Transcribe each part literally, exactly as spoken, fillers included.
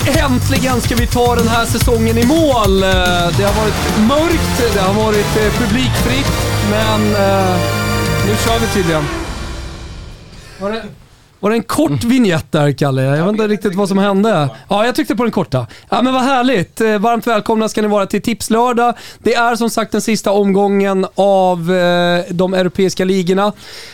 Äntligen ska vi ta den här säsongen i mål. Det har varit mörkt, det har varit publikfritt, men eh, nu kör vi tydligen. Var det, var det en kort vignett där, Kalle? Jag vet inte riktigt vad som hände. Ja, jag tyckte på den korta. Ja, men vad härligt. Varmt välkomna ska ni vara till Tipslördag. Det är som sagt den sista omgången av eh, de europeiska ligorna.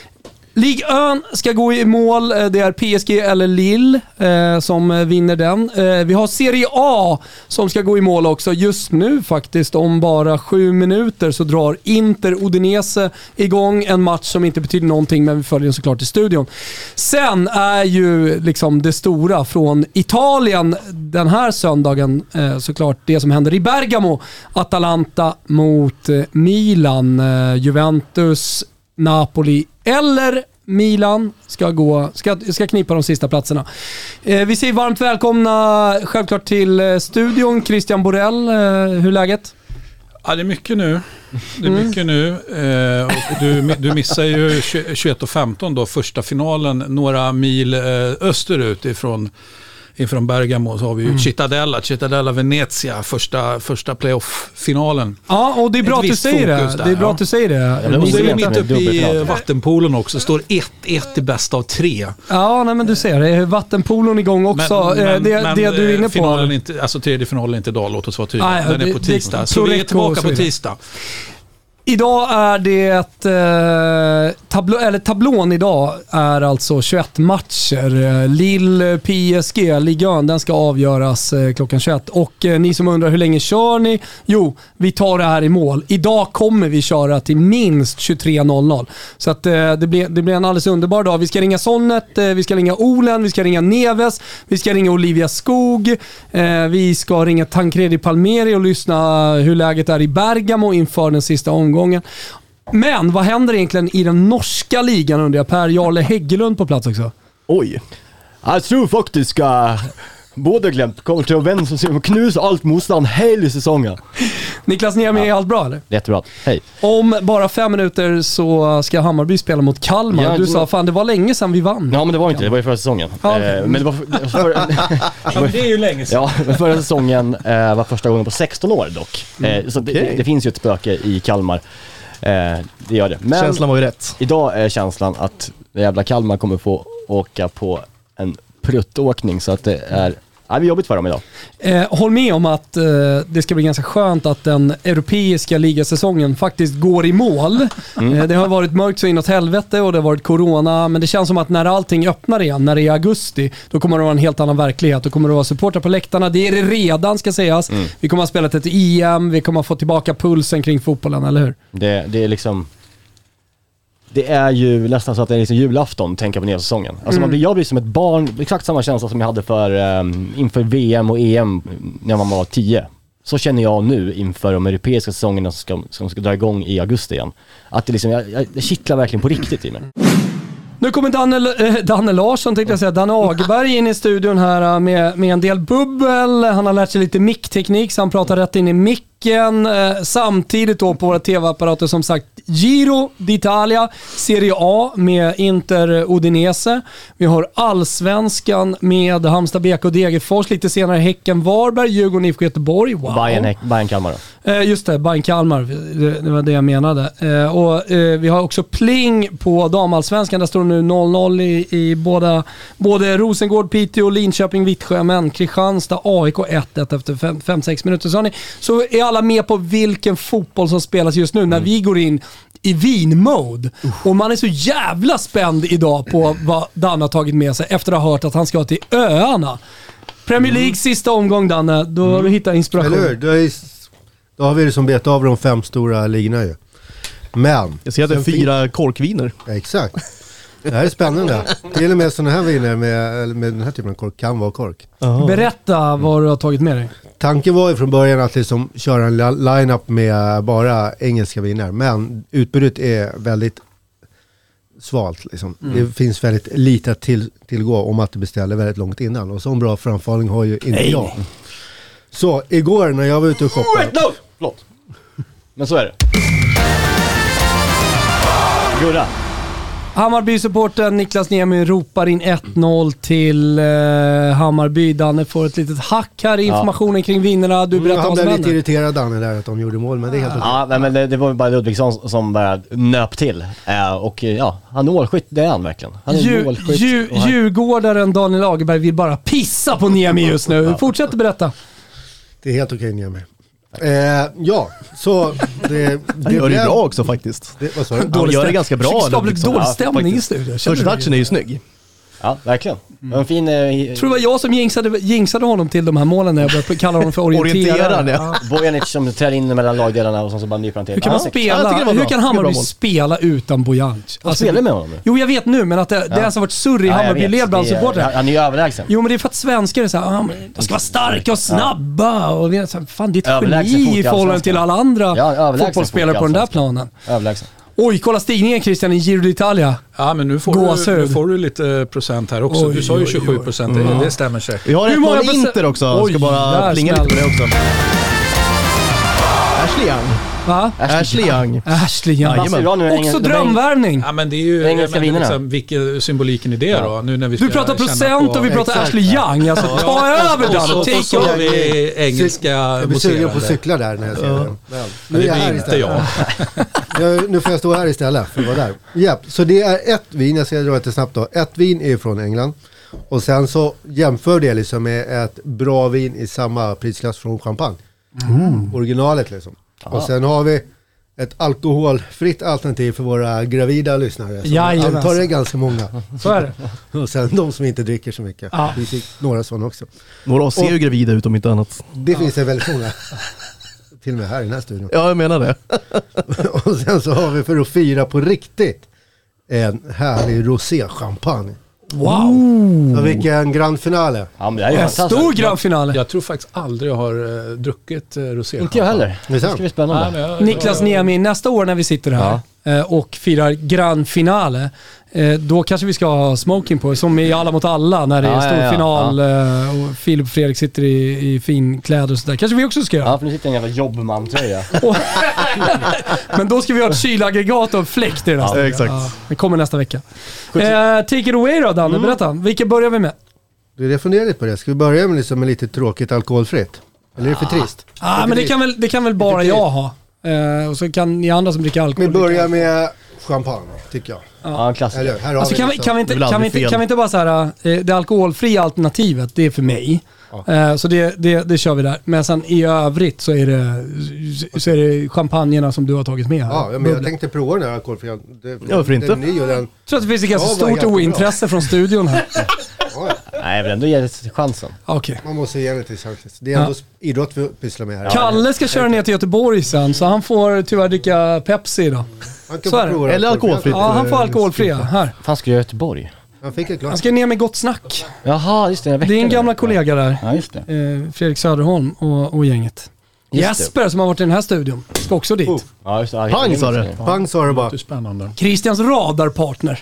Ligue ett ska gå i mål. Det är P S G eller Lille eh, som vinner den. Eh, vi har Serie A som ska gå i mål också. Just nu faktiskt, om bara sju minuter så drar Inter Udinese igång en match som inte betyder någonting, men vi följer den såklart i studion. Sen är ju liksom det stora från Italien den här söndagen eh, såklart det som händer i Bergamo. Atalanta mot eh, Milan, eh, Juventus, Napoli eller Milan ska gå ska, ska knipa de sista platserna. Eh, vi säger varmt välkomna självklart till studion. Christian Borell, eh, hur är läget? Ja, det är mycket nu. Det är mycket mm. nu. Eh, och du, du missar ju tjugoett och femton då, första finalen, några mil eh, österut ifrån Ifrån Bergamo så har vi ju mm. Cittadella, Cittadella Venezia, första, första playoff-finalen. Ja, och det är bra att du säger det. Där, det är bra ja. att du säger det. Ja, det är ju mitt uppe i vattenpoolen också. Står ett ett i bästa av tre. Ja, nej, men du ser, det är vattenpoolen igång också. Men, men, det, men det du är inne på. Finalen inte, alltså tredje finalen inte idag, låt oss vara tydliga. Nej, Den det, är på tisdag. Det, så vi är tillbaka på tisdag. Idag är det eh, tablå, eller tablån idag är alltså tjugoett matcher. Lille P S G, Ligue ett, den ska avgöras eh, klockan tjugoett. Och eh, ni som undrar hur länge kör ni? Jo, vi tar det här i mål. Idag kommer vi köra till minst tjugotre noll noll. Så att eh, det, blir, det blir en alldeles underbar dag. Vi ska ringa Sonnet, eh, vi ska ringa Olen, vi ska ringa Neves, vi ska ringa Olivia Skog, eh, vi ska ringa Tancredi Palmeri och lyssna hur läget är i Bergamo inför den sista omgången. Gången. Men vad händer egentligen i den norska ligan undrar jag? Per Jarle Häggelund på plats också. Oj. Jag tror faktiskt att både glömt kommer till att vända sig och knusa allt motstånd hela säsongen. Niklas Niemi, ja. Är allt bra eller? Jättebra, hej. Om bara fem minuter så ska Hammarby spela mot Kalmar. Ja, du sa, fan det var länge sedan vi vann. Ja men det var inte, det var ju förra säsongen. Ja, okay. eh, men det var, för, för, ja, det är ju länge sedan. Ja, men förra säsongen eh, var första gången på sexton år dock. Eh, så okay. det, det finns ju ett spöke i Kalmar. Eh, det gör det. Men känslan var ju rätt. Idag är känslan att det jävla Kalmar kommer få åka på en pruttåkning så att det är Ja, det är jobbigt för dem idag. Eh, håll med om att eh, det ska bli ganska skönt att den europeiska ligasäsongen faktiskt går i mål. Mm. Eh, det har varit mörkt så inåt helvete och det har varit corona, men det känns som att när allting öppnar igen, när det är augusti, då kommer det vara en helt annan verklighet. Då kommer det vara supportrar på läktarna. Det är det redan, ska sägas. Mm. Vi kommer att spela ett E M, vi kommer att få tillbaka pulsen kring fotbollen, eller hur? Det, det är liksom... Det är ju nästan så att det är liksom julafton, tänka på nya säsongen. Alltså mm. man blir, jag blir som ett barn, exakt samma känsla som jag hade för um, inför V M och E M när man var tio. Så känner jag nu inför de europeiska säsongerna som ska, som ska dra igång i augusti igen. Att det liksom, jag, jag, det kittlar verkligen på riktigt i mig. Nu kommer Danne, äh, Danne Larsson, tänkte jag säga, Danne Agerberg in i studion här med, med en del bubbel. Han har lärt sig lite mickteknik så han pratar rätt in i micken. Eh, samtidigt då på våra tv-apparater som sagt Giro d'Italia, Serie A med Inter Udinese. Vi har Allsvenskan med Halmstad B K och Degerfors. Lite senare Häcken Varberg, Djurgården I F K Göteborg. Wow. Bayern, Bayern Kalmar då. Eh, just det, Bayern Kalmar. Det, det var det jag menade. Eh, och eh, vi har också pling på damallsvenskan. Där står det nu noll noll i, i båda, både Rosengård, Piteå, Linköping, Vittsjö, men Kristianstad, A I K ett ett efter fem sex minuter. Så, ni, så är alla med på vilken fotboll som spelas just nu när mm. vi går in i vin-mode. Uh. Och man är så jävla spänd idag på vad Dan har tagit med sig efter att ha hört att han ska till öarna. Premier League mm. sista omgång, Danne. Då mm. har du hittat inspiration. Eller hur? Då, är, då har vi det som bet av de fem stora ligorna ju. Men... Jag ser att det är fyra fin- korkviner. Ja, exakt. Det här är spännande. Till och med sådana här viner med, med den här typen av kork kan vara kork. Aha. Berätta vad du har tagit med dig. Tanken var ju från början att liksom köra en line-up med bara engelska viner. Men utbudet är väldigt svalt. Liksom. Mm. Det finns väldigt lite till, tillgå om att du beställer väldigt långt innan. Och så en bra framförhållning har ju inte Nej. jag. Så igår när jag var ute och shoppade... Wait, no! Förlåt. Men så är det. Gurra. Hammarby-supporten Niklas Niemi ropar in ett noll till eh, Hammarby. Danne får ett litet hack här i informationen ja. kring vinnarna. Du berättar mm, vad som Han blev händer. lite irriterad Danne där att de gjorde mål, men det är helt okej. Ja, nej, men det, det var bara Ludvigsson som bara nöp till. Eh, och ja, han är målskytt, det är han verkligen. Han är Dju- målskytt. Dju- och han... Djurgårdaren Daniel Lagerberg vill bara pissa på Niemi just nu. Fortsätt berätta. Det är helt okej Niemi. Eh, ja, så det, det Han gör det blev- bra också faktiskt. Det, vad sa du? Han gör det ganska bra. Skapligt liksom. dålig Ja, stämning i faktiskt. studion. Första touchen är ju snygg. Ja, verkligen. Mm. En fin... Eh, Jag tror det var jag som jinxade, jinxade honom till de här målen när jag började kalla honom för orienterare. Orienteraren, ja. Bojanic som träder in mellan lagdelarna och så bara nyper han till. Hur kan, man Ja, spela, Ja, jag tycker det var hur bra. kan Det var Hammarby bra mål. spela utan Bojanic? Han spelar med honom nu. Jo, jag vet nu, men att det, det har alltså varit surr i Ja, jag Hammarby vet. led bland Det är- supportrar. Han är ju överlägsen. Jo, men det är för att svenskar är så här, ah, men de ska vara starka och snabba. Och vi är så här, fan, det är ett Överlägsen geni fot i i förhållande allsvenskan. till alla andra Ja, överlägsen fotbollsspelare fot i på den där allsvenskan. planen. Överlägsen. Oj, kolla stigningen Christian i Giro d'Italia. Ja, men nu får, du, Gåshud. nu får du lite procent här också. Oj, du sa ju oj, tjugosju oj. procent, det, det stämmer säkert. Vi har Hur ett många mål procent- Inter också. Oj, Ska bara där plinga lite på det också. Ashley Young. Va? Ashley Young. Ashley Young. Jajamän. Ser bra nu, Också ingen- drömvärvning. Ja, men det är ju... Engelska men, vinnarna. liksom, vilken symboliken i det då? Nu när vi ska Du pratar känna procent på- och vi pratar Exakt. Ashley Young. Alltså, ta över Och så, den. och Take så har vi engelska Jag blir sugen på att moserande. cykla där när jag ser det. Men, Men nu är det jag här blir inte istället. jag. jag. Nu får jag stå här istället för att vara där. Japp, så det är ett vin, jag ska dra det snabbt då. Ett vin är från England. Och sen så jämför det liksom med ett bra vin i samma prisklass från champagne. Mm. Originalet liksom. Och sen har vi ett alkoholfritt alternativ för våra gravida lyssnare. Som jag Jajamän. antar det är ganska många. Så är det. Och sen de som inte dricker så mycket. Ja. Vi fick några sådana också. Några av oss ser ju gravida ut om inte annat. Det finns en väldigt många. Till och med här i den här studion. Ja, jag menar det. Och sen så har vi för att fira på riktigt en härlig rosé-champagne. Wow. Och vilken grand finale. Ja, men det är ju En fantastiskt. stor grannfinale. Jag tror faktiskt aldrig jag har uh, druckit uh, rosé. Inte jag heller. Det är Det ska sant. bli spännande. Nej, men jag, Niklas Niemi, nästa år när vi sitter här eh, och firar grand finale, eh, då kanske vi ska ha smoking på, som i Alla mot alla när det är Ja, stor ja, ja, final eh, och Filip och Fredrik sitter i, i fin kläder och sådär. Kanske vi också ska göra. Ja, för nu sitter en jävla jobbman-tröja. Och- Men då ska vi ha ett kylaggregat och en fläkt i den här Ja, studion. exakt. Det kommer nästa vecka. Eh, take it away då Danne, berätta. Vilka börjar vi med? Du, jag funderar lite på det. Ska vi börja med, liksom med lite tråkigt alkoholfritt? Eller är det för trist? Ah, för men det trist. kan väl, det kan väl bara trist. jag ha. Eh, och så kan ni andra som dricker Vi alkohol. börjar med champagne, tycker jag. Ja, en klassiker. Eller hur? Här har Alltså, vi kan, vi, liksom- kan, vi inte, Det är väl kan, vi aldrig inte, fel. kan vi inte bara så här, eh, det alkoholfria alternativet, det är för mig. Ja. Eh, så det, det, det kör vi där. Men sen i övrigt så är det, så är det champagnerna som du har tagit med här. Ja, men jag Bubbel. tänkte prova den här alkoholfria. Det, Ja, varför inte? Den ny och den... Jag tror att det finns ett ganska Ja, stort vad ointresse från studion här. Ja, ja. Nej, jag vill ändå ge det chansen. Okej. Man måste ge det till chansen. Det är ändå idrott vi pysslar med här. Kalle ska köra ner till Göteborg sen, så han får tyvärr dricka Pepsi idag. Han kan så få är det. prova Eller alkoholfritt. Ja, han får alkoholfria. Här. Fan, ska jag i Göteborg? Han fick ett glas. Han ska ner med Gott Snack. Jaha, just det. Jag Det är en väckte gamla det. kollega där. Ja, just det. Eh, Fredrik Söderholm och, och gänget. Just Jesper som har varit i den här studion ska också dit. Oh. Ja, just det. Ja, Pang, det- sa du. Pang sa det bara. Det är spännande. Christians radarpartner.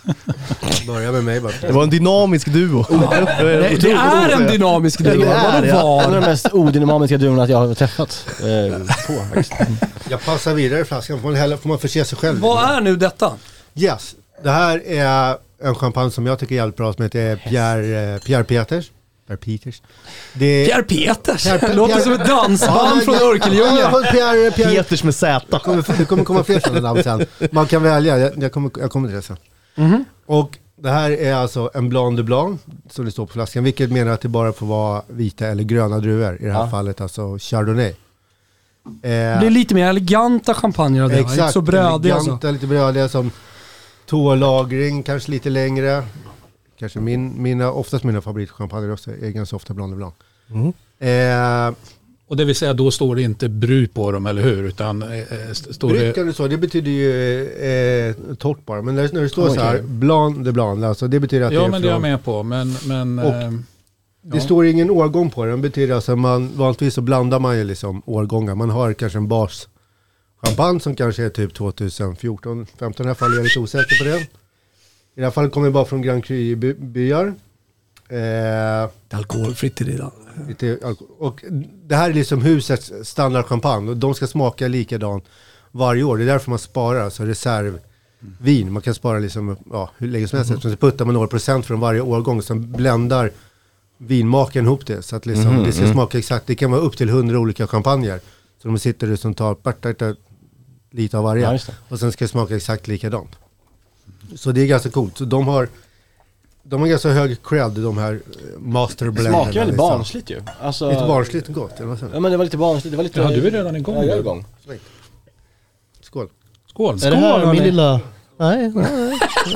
Börja med mig bara. Det var en dynamisk duo. Det, det är en dynamisk duo. det är Vadå det, ja. var? En av de mest odynamiska duorna jag har träffat eh, på faktiskt. Jag passar vidare i flaskan. Får man, hälla, får man förse sig själv. Vad är nu detta? Yes. Det här är en champagne som jag tycker är jävligt bra som heter Pierre, eh, Pierre Peters. Pierre Peters. Det är... Pierre Peters. Pierre- Det låter Pierre- som ett dansband från Örkelljunga. Ja, Pierre, Pierre. Peters med Z. Det kommer, det kommer komma fler sådana namn sen. Man kan välja, jag, jag, kommer, jag kommer till det sen. Mhm. Och det här är alltså en Blanc de Blanc som det står på flaskan. Vilket menar att det bara får vara vita eller gröna druvor. I det här Ja. fallet alltså Chardonnay. Eh, Det är lite mer eleganta champagner av det. exakt, Inte så brödiga alltså. eleganta, lite brödiga som toalagring, kanske lite längre. Kanske min, mina, oftast mina favoritchampagner också är ganska ofta Blanc de Blanc. Mm. Eh, Och det vill säga, då står det inte bry på dem, eller hur? Utan eh, st- står det... Bryggan och så, det betyder ju eh, torrt bara. Men när, när det står Okej. så här, Blanc de Blanc, alltså det betyder att Ja, det är men det är jag från... med på. Men, men Och- eh, Det ja. står ingen årgång på den. Det betyder alltså man, vanligtvis så blandar man ju liksom årgångar. Man har kanske en bas champagne som kanske är typ tjugohundrafjorton femton i alla fall. Jag är lite osäker på det. I det här fallet kommer det bara från Grand Cru-byar. Eh, Det är alkoholfritt i det idag. lite alko- och det här är liksom husets standardchampagne. Och de ska smaka likadant varje år. Det är därför man sparar alltså reserv vin. Man kan spara liksom, ja, hur länge som helst. Mm. Så puttar man några procent från varje årgång som bländar vinmaken ihop det. Så att liksom, mm. det ska smaka exakt. Det kan vara upp till hundra olika champagner. Så de sitter och som tar parta, lite av varje. Ja, och sen ska det smaka exakt likadant. Så det är ganska coolt. Så de har de har ganska hög cred, de här masterblenderna. Det smakar väldigt barnsligt ju. Alltså, lite barnsligt gott. Eller vad ja, men det var lite barnsligt. Det var lite, ja, du är redan igång. Ja, jag är igång. Skål. Skål. Är det här min lilla... Nej, nej.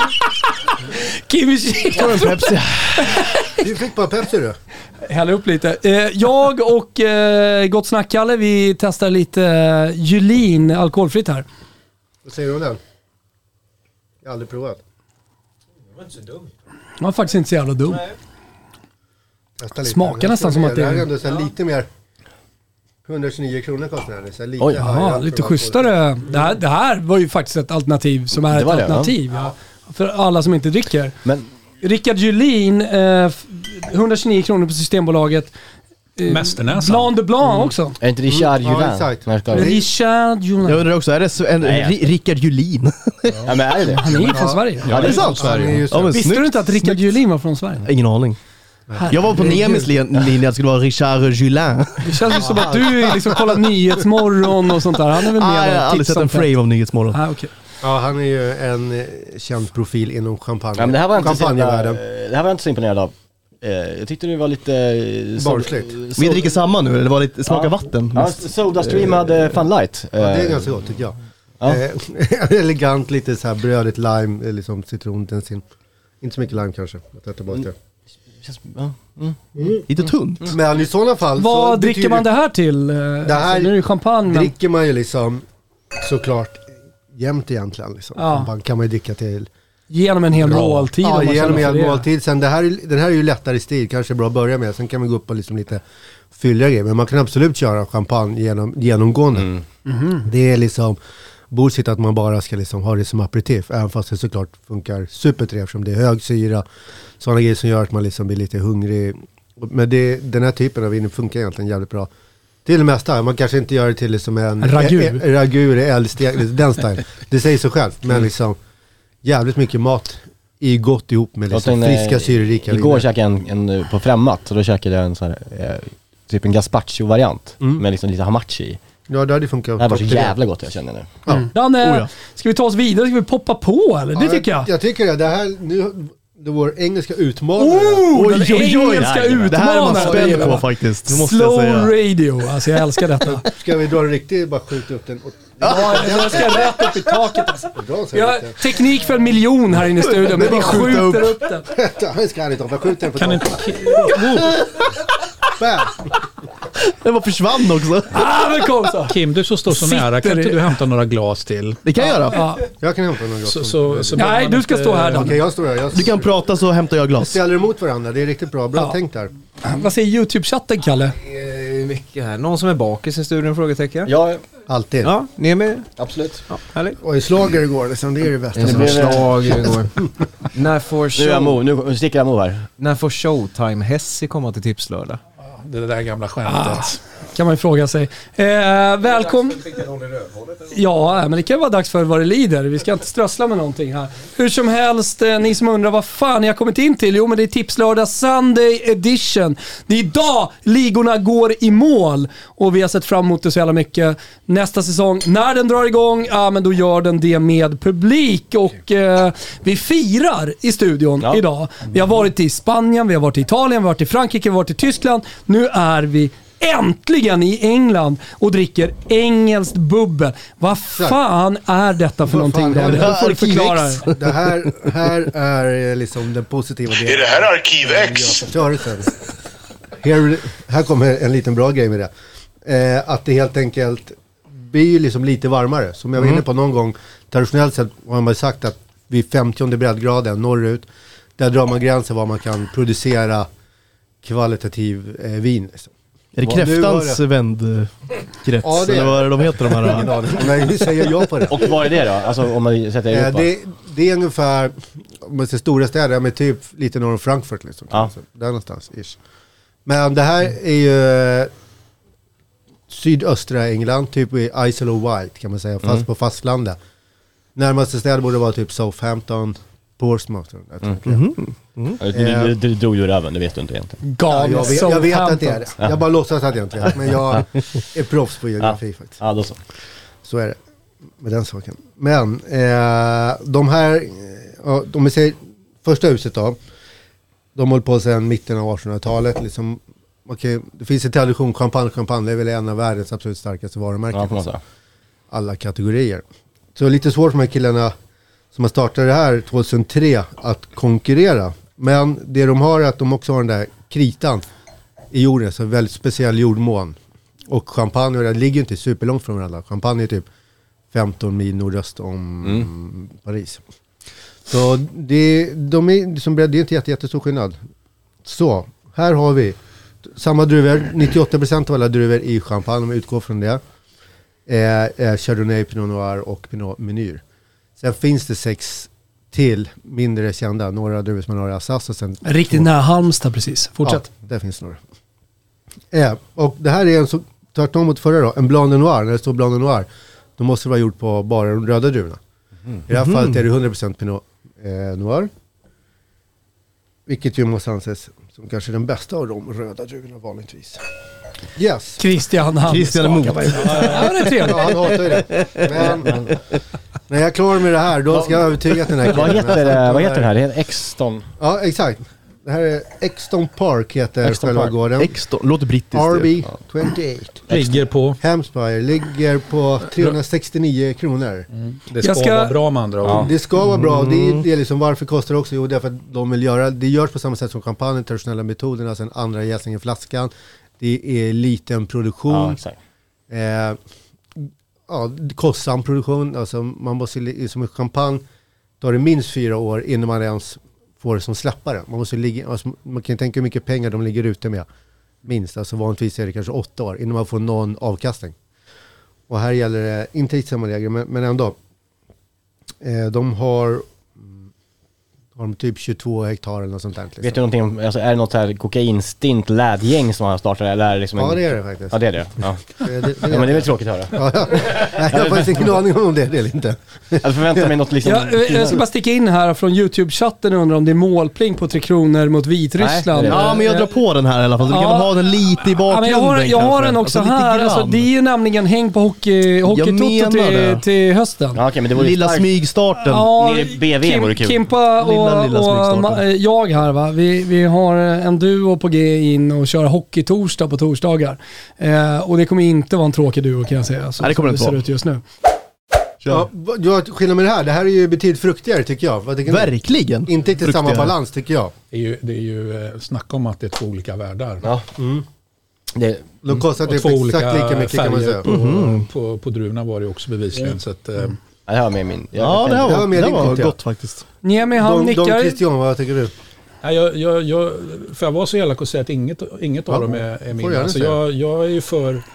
Kim Tar en Pepsi. Du fick bara Pepsi du. Häller upp lite. Eh, jag och eh, Gott Snack Kalle, vi testar lite eh, Julin alkoholfritt här. Vad säger du om den? Jag har aldrig provat. Det var inte så dumt. Den var faktiskt inte så jävla dum. Nej. Smakar nästan som att det är... Det är... ändå så här lite mer... hundratjugonio kronor kostar den. Så lite Oj, Jaha, lite schysstare. Det här, det här var ju faktiskt ett alternativ som är ett det, alternativ. Ja. Ja. För alla som inte dricker. Men... Rickard Julin, eh, hundratjugonio kronor på Systembolaget. Eh, Mästernäsan. Blanc de Blanc mm. också. Är inte Richard Mm, ja, Julin? exakt. Richard Julin. Jag undrar också, är det så, en, Nej, Ri- Rickard Julin? Ja, men är det det? Han är ju från Sverige. Ja, det är sant. Han är ju så- Ja, men Visste snyggt. du inte att Rickard Julin var från Sverige? Ingen aning. Jag var på Nemis lin- linje att det skulle vara Richard Julin. Det känns ju som att du liksom kollar Nyhetsmorgon och sånt där. Han är väl Ah, med jag har och aldrig tipsar sett en om fett. frame av Nyhetsmorgon. Ah, okay. Ja, han är ju en eh, känd profil inom champagne. Ja, men det här var jag inte så jävla- champagnevärlden. det här var jag inte så imponerad av. Eh, jag tyckte det var lite... eh, so- Barnsligt. so- Vi dricker samma nu, eller det var lite smaka Ja. vatten. Ja, Sodastream hade Fun Light. Ja, det är ganska gott tycker jag. Ja. Eh, elegant, lite så här brödigt lime, eh, liksom citron, tensin. Inte så mycket lime kanske. Jag tar tillbaka det. Känns- ja. Mm. Lite tunt. Men i sådana fall Vad så dricker betyder- man det här till? Det här nu är det champagne, men... dricker man ju liksom såklart jämt egentligen. Liksom. Ja. Champagne kan man ju dricka till. Genom en hel måltid. Ja, om man genom känner en för det. måltid. Sen det här, är- den här är ju lättare stil, kanske bra att börja med. Sen kan man gå upp på liksom lite fylligare grejer. Men man kan absolut köra champagne genom, genomgående. Mm. Mhm. Det är liksom bullshit att man bara ska liksom ha det som aperitif. Även fast det såklart funkar supertrevligt som det är hög syra. Sådana grejer som gör att man liksom blir lite hungrig. Men det, den här typen av vin funkar egentligen jävligt bra. Till det mesta. Man kanske inte gör det till liksom en Ragu. ä- ä- ragu, eldsteg, den style. Det säger sig självt. Men liksom jävligt mycket mat är gott ihop med liksom Jag tänkte, friska syrerika Igår viner. käkade jag en, en på Främmat, och då käkade jag en sån här, eh, typ en gazpacho-variant Mm. med liksom lite hamachi i. Ja, det hade funkat. Det här var så topp till det. jävla gott, jag känner nu. Mm. Danne, Oh, ja. ska vi ta oss vidare? Ska vi poppa på eller? Det Ja, tycker jag. Jag tycker det. Det här, nu, det var engelska utmanare. Oh, den oj, oj. engelska Nej, Det här är man utmanaren. spänd på faktiskt, det måste Slow jag säga. radio, alltså jag älskar detta. Ska vi dra en riktig, bara skjuta upp den och Ja, den ska rätt upp i taket alltså. dra en sån Vi har här teknik för en miljon här inne i studion, men vi skjuter upp den. lite. Jag ska inte jag skjuter den på Kan taket. inte... Bam! Den bara försvann också. Ah, men kom så. Kim, du som står så Sitter nära, kan inte i- du hämta några glas till? Det kan jag göra. Ja. Jag kan hämta någon glas. Så, så, så Nej, behöver man du ska inte- stå här då. Okej, jag står här. Jag Du kan prata så hämtar jag glas. ställer emot varandra. Det är riktigt bra. Bra Ja. tänkt där. Vad säger YouTube-chatten, Kalle? Eh, mycket här. Någon som är bakis i studion? Frågetecken. Ja, Alltid. Ja, ni är med? absolut. Ja, härligt. Och i slager igår, liksom, det är det bästa. Det Det blev- var slag igår. När får, Nu är jag show, mo, nu sticker jag mo här. när får Showtime Hessi komma till Tipslördag? Det där gamla skämtet. Kan man ju fråga sig. Eh, välkommen. Ja, men det kan vara dags för vad det lider. Vi ska inte strössla med någonting här. Hur som helst, eh, ni som undrar vad fan jag har kommit in till. Jo, men det är Tipslördag Sunday Edition. Det är idag ligorna går i mål. Och vi har sett fram emot det så jävla mycket. Nästa säsong, när den drar igång, ja men då gör den det med publik. Och eh, vi firar i studion Ja. idag. Vi har varit i Spanien, vi har varit i Italien, vi har varit i Frankrike, vi har varit i Tyskland. Nu är vi äntligen i England och dricker engelskt bubbel. Vad fan är detta för Vad någonting, fan är Daniel? det? Nu får du förklara det. Det här, här är eh, liksom den positiva delen. Är det här Arkiv X? Förstörelsen. Här, här kommer en liten bra grej med det. Eh, att det helt enkelt blir liksom lite varmare. Som jag var inne på någon gång. Traditionellt sett har man sagt att vid femtionde breddgraden norrut, där drar man gränsen var man kan producera kvalitativ eh, vin. Liksom. Är det Vad- nu kräftans var vändkrets? Ja, det är Eller vad är det de heter de Ingen här? aning. Men vi säger ja på det. Och vad är det då? Alltså om man sätter Eh, Europa? det, det är ungefär, om man ser stora städer, med typ lite norr om Frankfurt liksom. Ja. Där någonstans, ish. Men det här är ju eh, sydöstra England, typ i Isle of Wight kan man säga, fast Mm. på fastlandet. Närmaste städer borde vara typ Southampton, Portsmouth. Mm. Mm. Mm. Du, du, du drog ju röven, det vet du inte egentligen. Ja, jag, vet, jag vet att det är det. Jag bara låtsas att jag inte vet. Men jag är proffs på geografi ja. faktiskt. Ja, då så. Så är det med den saken. Men eh, de här, eh, om vi säger första huset då, de håller på sedan mitten av artonhundratalet. Liksom, okay, det finns en tradition, champagne, champagne är väl en av världens absolut starkaste varumärken. Ja, alla kategorier. Så det är lite svårt för de här killarna som har startat det här tjugohundratre att konkurrera. Men det de har är att de också har den där kritan i jorden, så väldigt speciell jordmån. Och Champagne, det ligger inte superlångt från varandra. Champagne är typ femton mil nordöst om mm. Paris. Så det, de är, som, det är inte jätte, jättestor skillnad. Så, här har vi samma druvor. nittioåtta procent av alla druvor i Champagne, om vi utgår från det, är, är Chardonnay, Pinot Noir och Pinot Meunier. Sen finns det sex till mindre kända. Några druvor som man har i Assas och sen... Riktigt nära Halmstad precis. Fortsätt. Ja, där finns några. Eh, och det här är en så tvärtom mot förra då. En Blanc de Noir. När det står Blanc de Noir, då måste det vara gjort på bara de röda druvorna. Mm. I det här mm. fallet är det hundra procent Pinot eh, Noir. Vilket ju måste anses som kanske den bästa av de röda druvorna vanligtvis. Yes. Christian han Christian är emot. Ja, det är trevligt. Ja, han hatar ju det. Men när jag klarar med det här, då ska jag övertyga den här killen. Vad heter, vad heter det här? Det är Exton. Ja, exakt. Det här är Exton Park heter Exton själva Park. gården. Exton, låter brittiskt. R B tjugoåtta. Ligger på... Hampshire ligger på trehundrasextionio kronor. Mm. Det ska, ska vara bra med andra ord. Ja. Det ska vara bra. Det är, det är liksom, varför kostar det också? Jo, därför att de vill göra, det görs på samma sätt som champagne, traditionella metoderna, sen andra jäsning i flaskan. Det är liten produktion. Ja, exakt. Eh, ja, kostsam produktion. Alltså man måste, som en champagne, tar det minst fyra år innan man ens får det som släppare. Man måste ligga, alltså man kan tänka hur mycket pengar de ligger ute med. Minst, alltså vanligtvis är det kanske åtta år innan man får någon avkastning. Och här gäller det inte riktigt samma regler, men, men ändå. Eh, de har har de typ tjugotvå hektar eller något sånt där. Liksom. Vet du någonting om, alltså, är det något här kokainstint lädgäng som har startat eller är det liksom en... Ja, det är det faktiskt. Ja, det är det. Ja. det, det, det, ja, men det är väl tråkigt att höra. Ja, ja. Nej, jag har faktiskt ingen aning om det, det är inte. Jag förväntar mig något liksom... Ja, jag ska bara sticka in här från YouTube-chatten och undra om det är målpling på Tre Kronor mot Vitryssland. Nej, ja, men jag drar på den här i alla fall. Så ja. Vi kan ha den lite i bakgrunden. Ja, men jag har, jag har den också alltså, här. Alltså, det är ju nämligen häng på hockey, hockeytoto till, till hösten. Ja, okay, men det var lilla stark... smygstarten. Ja, nere i B V Kim, vore kul. Kimpa och, lilla, lilla och jag här va. Vi, vi har en duo på G in och kör hockeytorsdag på torsdagar. Eh, och det kommer inte vara en tråkig duo kan jag säga. Så, Nej, det kommer det inte ser vara. ut just nu. Ja, du har skillnad med det här. Det här är ju betydligt fruktigare tycker jag. Vad tycker Verkligen. Ni? Inte till samma balans tycker jag. Det är ju, det är ju eh, snacka om att det är två olika världar. Ja. Mm. Det, De kostar typ två exakt olika lika mycket kan man säga. På, Mm. på, på, på druvorna var det också bevisligen. Mm. Så att, eh, ja, det var med min... Ja, det här Det var, var med det din var kort, ja. gott faktiskt. Niemi han De, de nickar. Christian, vad tycker du? nej, jag, jag, jag, för jag var så elak att säga att inget, inget Ja, av dem är, är får min. jag Alltså säga. jag, jag är ju för... eh,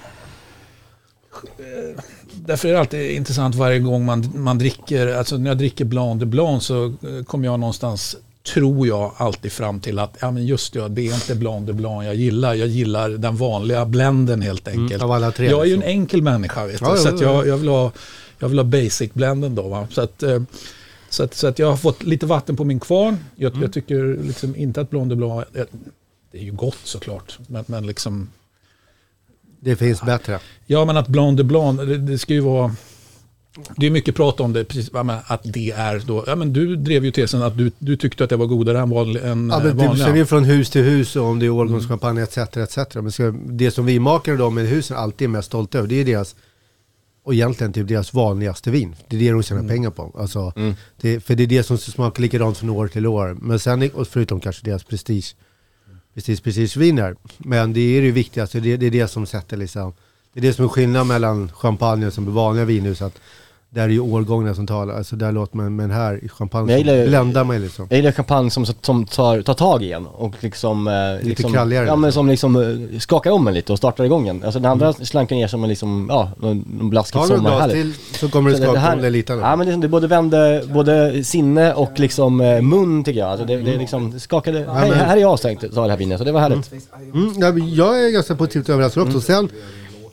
Därför är det alltid intressant varje gång man, man dricker, alltså när jag dricker Blanc de Blanc så eh, kommer jag någonstans, tror jag, alltid fram till att ja men just det, det är inte Blanc de Blanc jag gillar, jag gillar den vanliga blenden helt enkelt. Mm, av alla tre, jag är ju en liksom. enkel människa vet du, Ja, så ja, att ja. jag, jag, vill ha, jag vill ha basic blenden då va? Så att, eh, så att, så att jag har fått lite vatten på min kvarn. Jag, Mm. jag tycker liksom inte att Blanc de Blanc, det är ju gott såklart, men, men liksom Det finns bättre. ja men att Blanc de Blanc, det, det ska ju vara, det är mycket prat om det, precis, att det är då, ja men du drev ju tesen att du, du tyckte att det var godare än vanlig, än Ja, men vanliga. det är från hus till hus och om det är årgångschampagne et cetera et cetera. Men ska, det som vi makar då med husen alltid är mest stolta över, det är deras, och egentligen typ deras vanligaste vin. Det är det de tjänar Mm. pengar på. Alltså, Mm. det, för det är det som smakar likadant från år till år. Men sen, och förutom kanske deras prestige, prestige, prestigeviner. Men det är det viktigaste, det, det är det som sätter liksom, det är det som är skillnad mellan champagne och som är vanliga vinhus. Att där är ju årgångarna som talar, alltså där låter man, men här i champagne Jag gillar- bländar man liksom. Jag gillar champagne som, som tar, tar tag igen och liksom... Eh, Lite liksom kralligare. Ja, men som liksom eh, skakar om en lite och startar igång en. Alltså den andra slankar ner som en liksom, ja, någon, någon blaskigt Ta några sommar. glas Härligt. till så kommer det Så det- det skaka här- om det lite. Ja, men det, är som- det både vände både sinne och liksom eh, mun tycker jag. Alltså det, det är liksom, det skakade... Här, men- här är jag stängt, sa det här vinet, så det var härligt. Mm, ja, men jag är ganska positivt överraskad också. Sen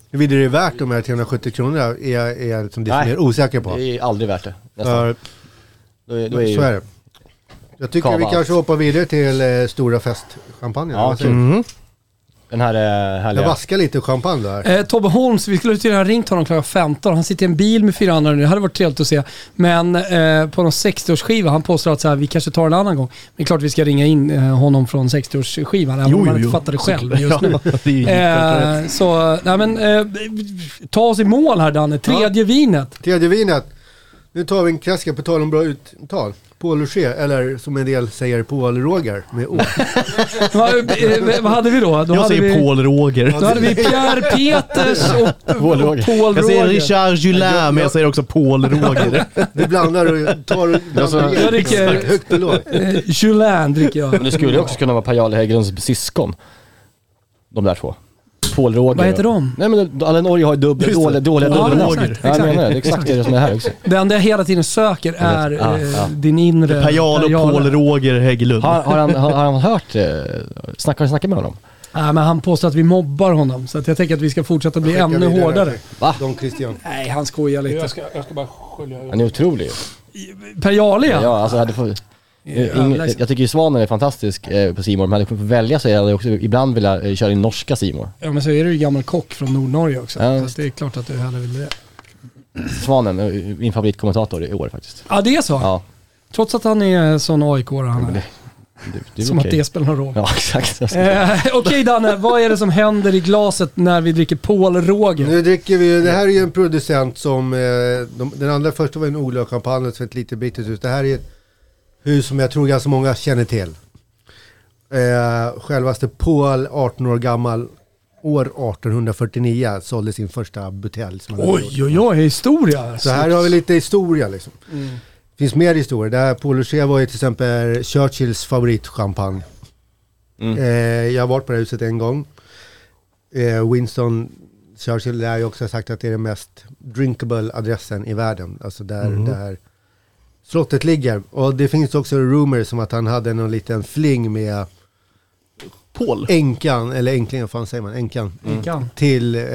Huruvida det är värt de här trehundrasjuttio kronorna är jag, är jag liksom lite Nej. mer osäker på. Det är aldrig värt det. Nästan. För, Då är, då är ju... så är det. Jag tycker Kava vi kanske allt. hoppar vidare till eh, stora festchampagne. Ja, Vad säger kul. du? Mm. Den här eh, Jag härliga... vaskar lite champagne där. Eh, Tobbe Holmes, vi skulle tydligen ha ringt honom klockan femton. Han sitter i en bil med fyra andra nu. Det hade varit trevligt att se. Men eh, på någon sextioårsskiva, han påstår att så här, vi kanske tar en annan gång. Men det är klart vi ska ringa in eh, honom från sextioårsskivan. Även om man inte fattar det själv just nu. det är Eh, så, nej men, eh, ta oss i mål här Danne. Tredje vinet. Tredje vinet. Nu tar vi en klassiker på tal om bra uttal. Paul Rocher, eller som en del säger Paul Roger med å. Va, eh, vad hade vi då? då Jag hade säger vi, Paul Roger. Då hade vi Pierre Peters och Paul Roger. Paul Jag säger Roger. Richard Julin, men jag säger också Paul Roger. Du blandar och tar och Alltså, blandar jag dricker- högt och lågt. Eh, Julin dricker jag. Men det skulle ju också kunna vara Per-Jarle Hägglunds syskon. De där två. Paul Roger. Vad heter de? Nej men alla Norge har ju dubbla, Just det. dåliga, dåliga Ja, dubbelnamn. exakt, Ja, jag exakt. menar det. Det är exakt det som är här också. Det enda jag hela tiden söker är Ja, eh, ja. din inre Per-Jarle och Per-Jarle. Paul Roger Hägglund. Har, har, han, har, har han hört, eh, snackar han snackat med honom? Nej, men han påstår att vi mobbar honom. Så att jag tänker att vi ska fortsätta bli Skicka ännu vidare. hårdare. Va? Don Christian. Nej, han skojar lite. Jag ska, jag ska bara skölja över. Han är otrolig. Per-Jarle ja. Ja, alltså hade få, ing, jag tycker ju Svanen är fantastisk eh, på C More, men hade jag fått välja så jag hade också ibland vilja eh, köra in norska C More. Ja, men så är du ju gammal kock från Nordnorge också. Ja. Så att det är klart att du hellre vill det. Svanen, eh, min favoritkommentator i år faktiskt. Ja, det är så. Ja, Trots att han är sån A I K-are han men är. det, det, det är Som okej. att det spelar någon roll. Ja, exakt. Eh, Okej Danne, vad är det som händer i glaset när vi dricker Paul Roger? Nu dricker vi, det här är ju en producent som, eh, de, den andra första var en Ola champagne för ett litet brittiskt hus. Det här är ett hus som jag tror ganska många känner till. Eh, självaste Paul, arton år gammal, år arton fyrtionio, sålde sin första butelj. Som han hade gjort. Oj, oj, oj, historia. Så här har vi lite historia liksom. Mm. Finns mer historia. Det här Paul Rocher var ju till exempel Churchills favoritchampagne. Mm. Eh, jag har varit på det här huset en gång. Eh, Winston Churchill lär ju också ha sagt att det är den mest drinkable adressen i världen. Alltså där, Mhm. där slottet ligger. Och det finns också rumors som att han hade någon liten fling med Paul. änkan, eller änklingen, vad fan säger man, änkan. Kan. Till eh,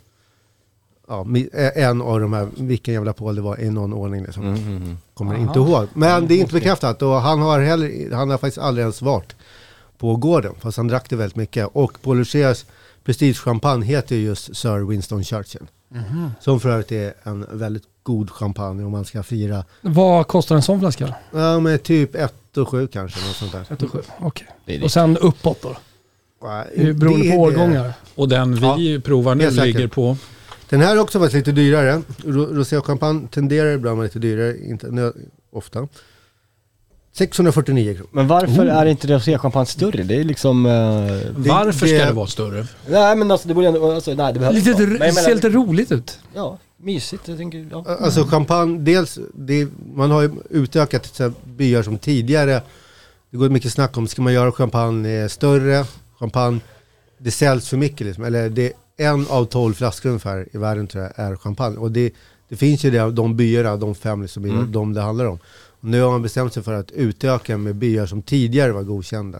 ja, mi- eh, en av de här, vilken jävla Paul det var i någon ordning liksom. Mm, mm, mm. Kommer Aha. inte ihåg. Men det är inte bekräftat och han har heller, han har faktiskt aldrig ens varit på gården, fast han drack det väldigt mycket. Och Paul Rochers prestigechampagne heter just Sir Winston Churchill. Mhm. Som för övrigt är en väldigt god champagne om man ska fira. Vad kostar en sån flaska? Ja, med typ ett och sju kanske, något sånt där. ett och sju. Okej. Det är Och det. sen uppåt då? Ja, Beroende det- på årgångar. Och den vi provar nu helt säkert. ligger på... Den här har också varit lite dyrare. Ro- Rosé-champagne tenderar ibland att vara lite dyrare, inte nö- ofta. sexhundrafyrtionio kronor. Men varför är inte roséchampagne större? Det är liksom... eh, Varför ska det- det vara större? nej men alltså det borde ändå... Alltså, nej, det behöver Lite, inte vara. Men jag ser menar- lite roligt ut. Ja, mysigt. Jag tänker, ja. Alltså champagne, dels, det, man har ju utökat så här, byar som tidigare. Det går mycket snack om, ska man göra champagne eh, större? Champagne, det säljs för mycket liksom. Eller det är en av tolv flaskor ungefär i världen tror jag är champagne. Och det, det finns ju det, de byarna, de fem liksom, Mm. de det handlar om. Och nu har man bestämt sig för att utöka med byar som tidigare var godkända.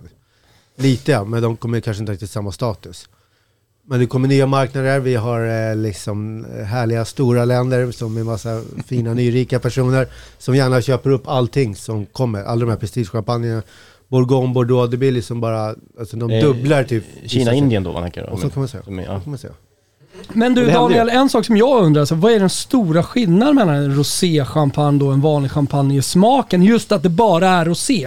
Lite, men de kommer kanske inte riktigt samma status. Men det kommer nya marknader, vi har eh, liksom eh, härliga stora länder som är massa fina nyrika personer som gärna köper upp allting som kommer, alla de här prestigechampagnerna, Bourgogne, Bordeaux, det blir liksom bara, alltså de Eh, dubblar typ. Kina, Indien då man tänker. Och så kan man säga. Som är- Så ja. kan man säga. Men du Det händer Daniel, en sak som jag undrar, alltså, vad är den stora skillnaden mellan en rosé-champagne och en vanlig champagne i smaken? Just att det bara är rosé.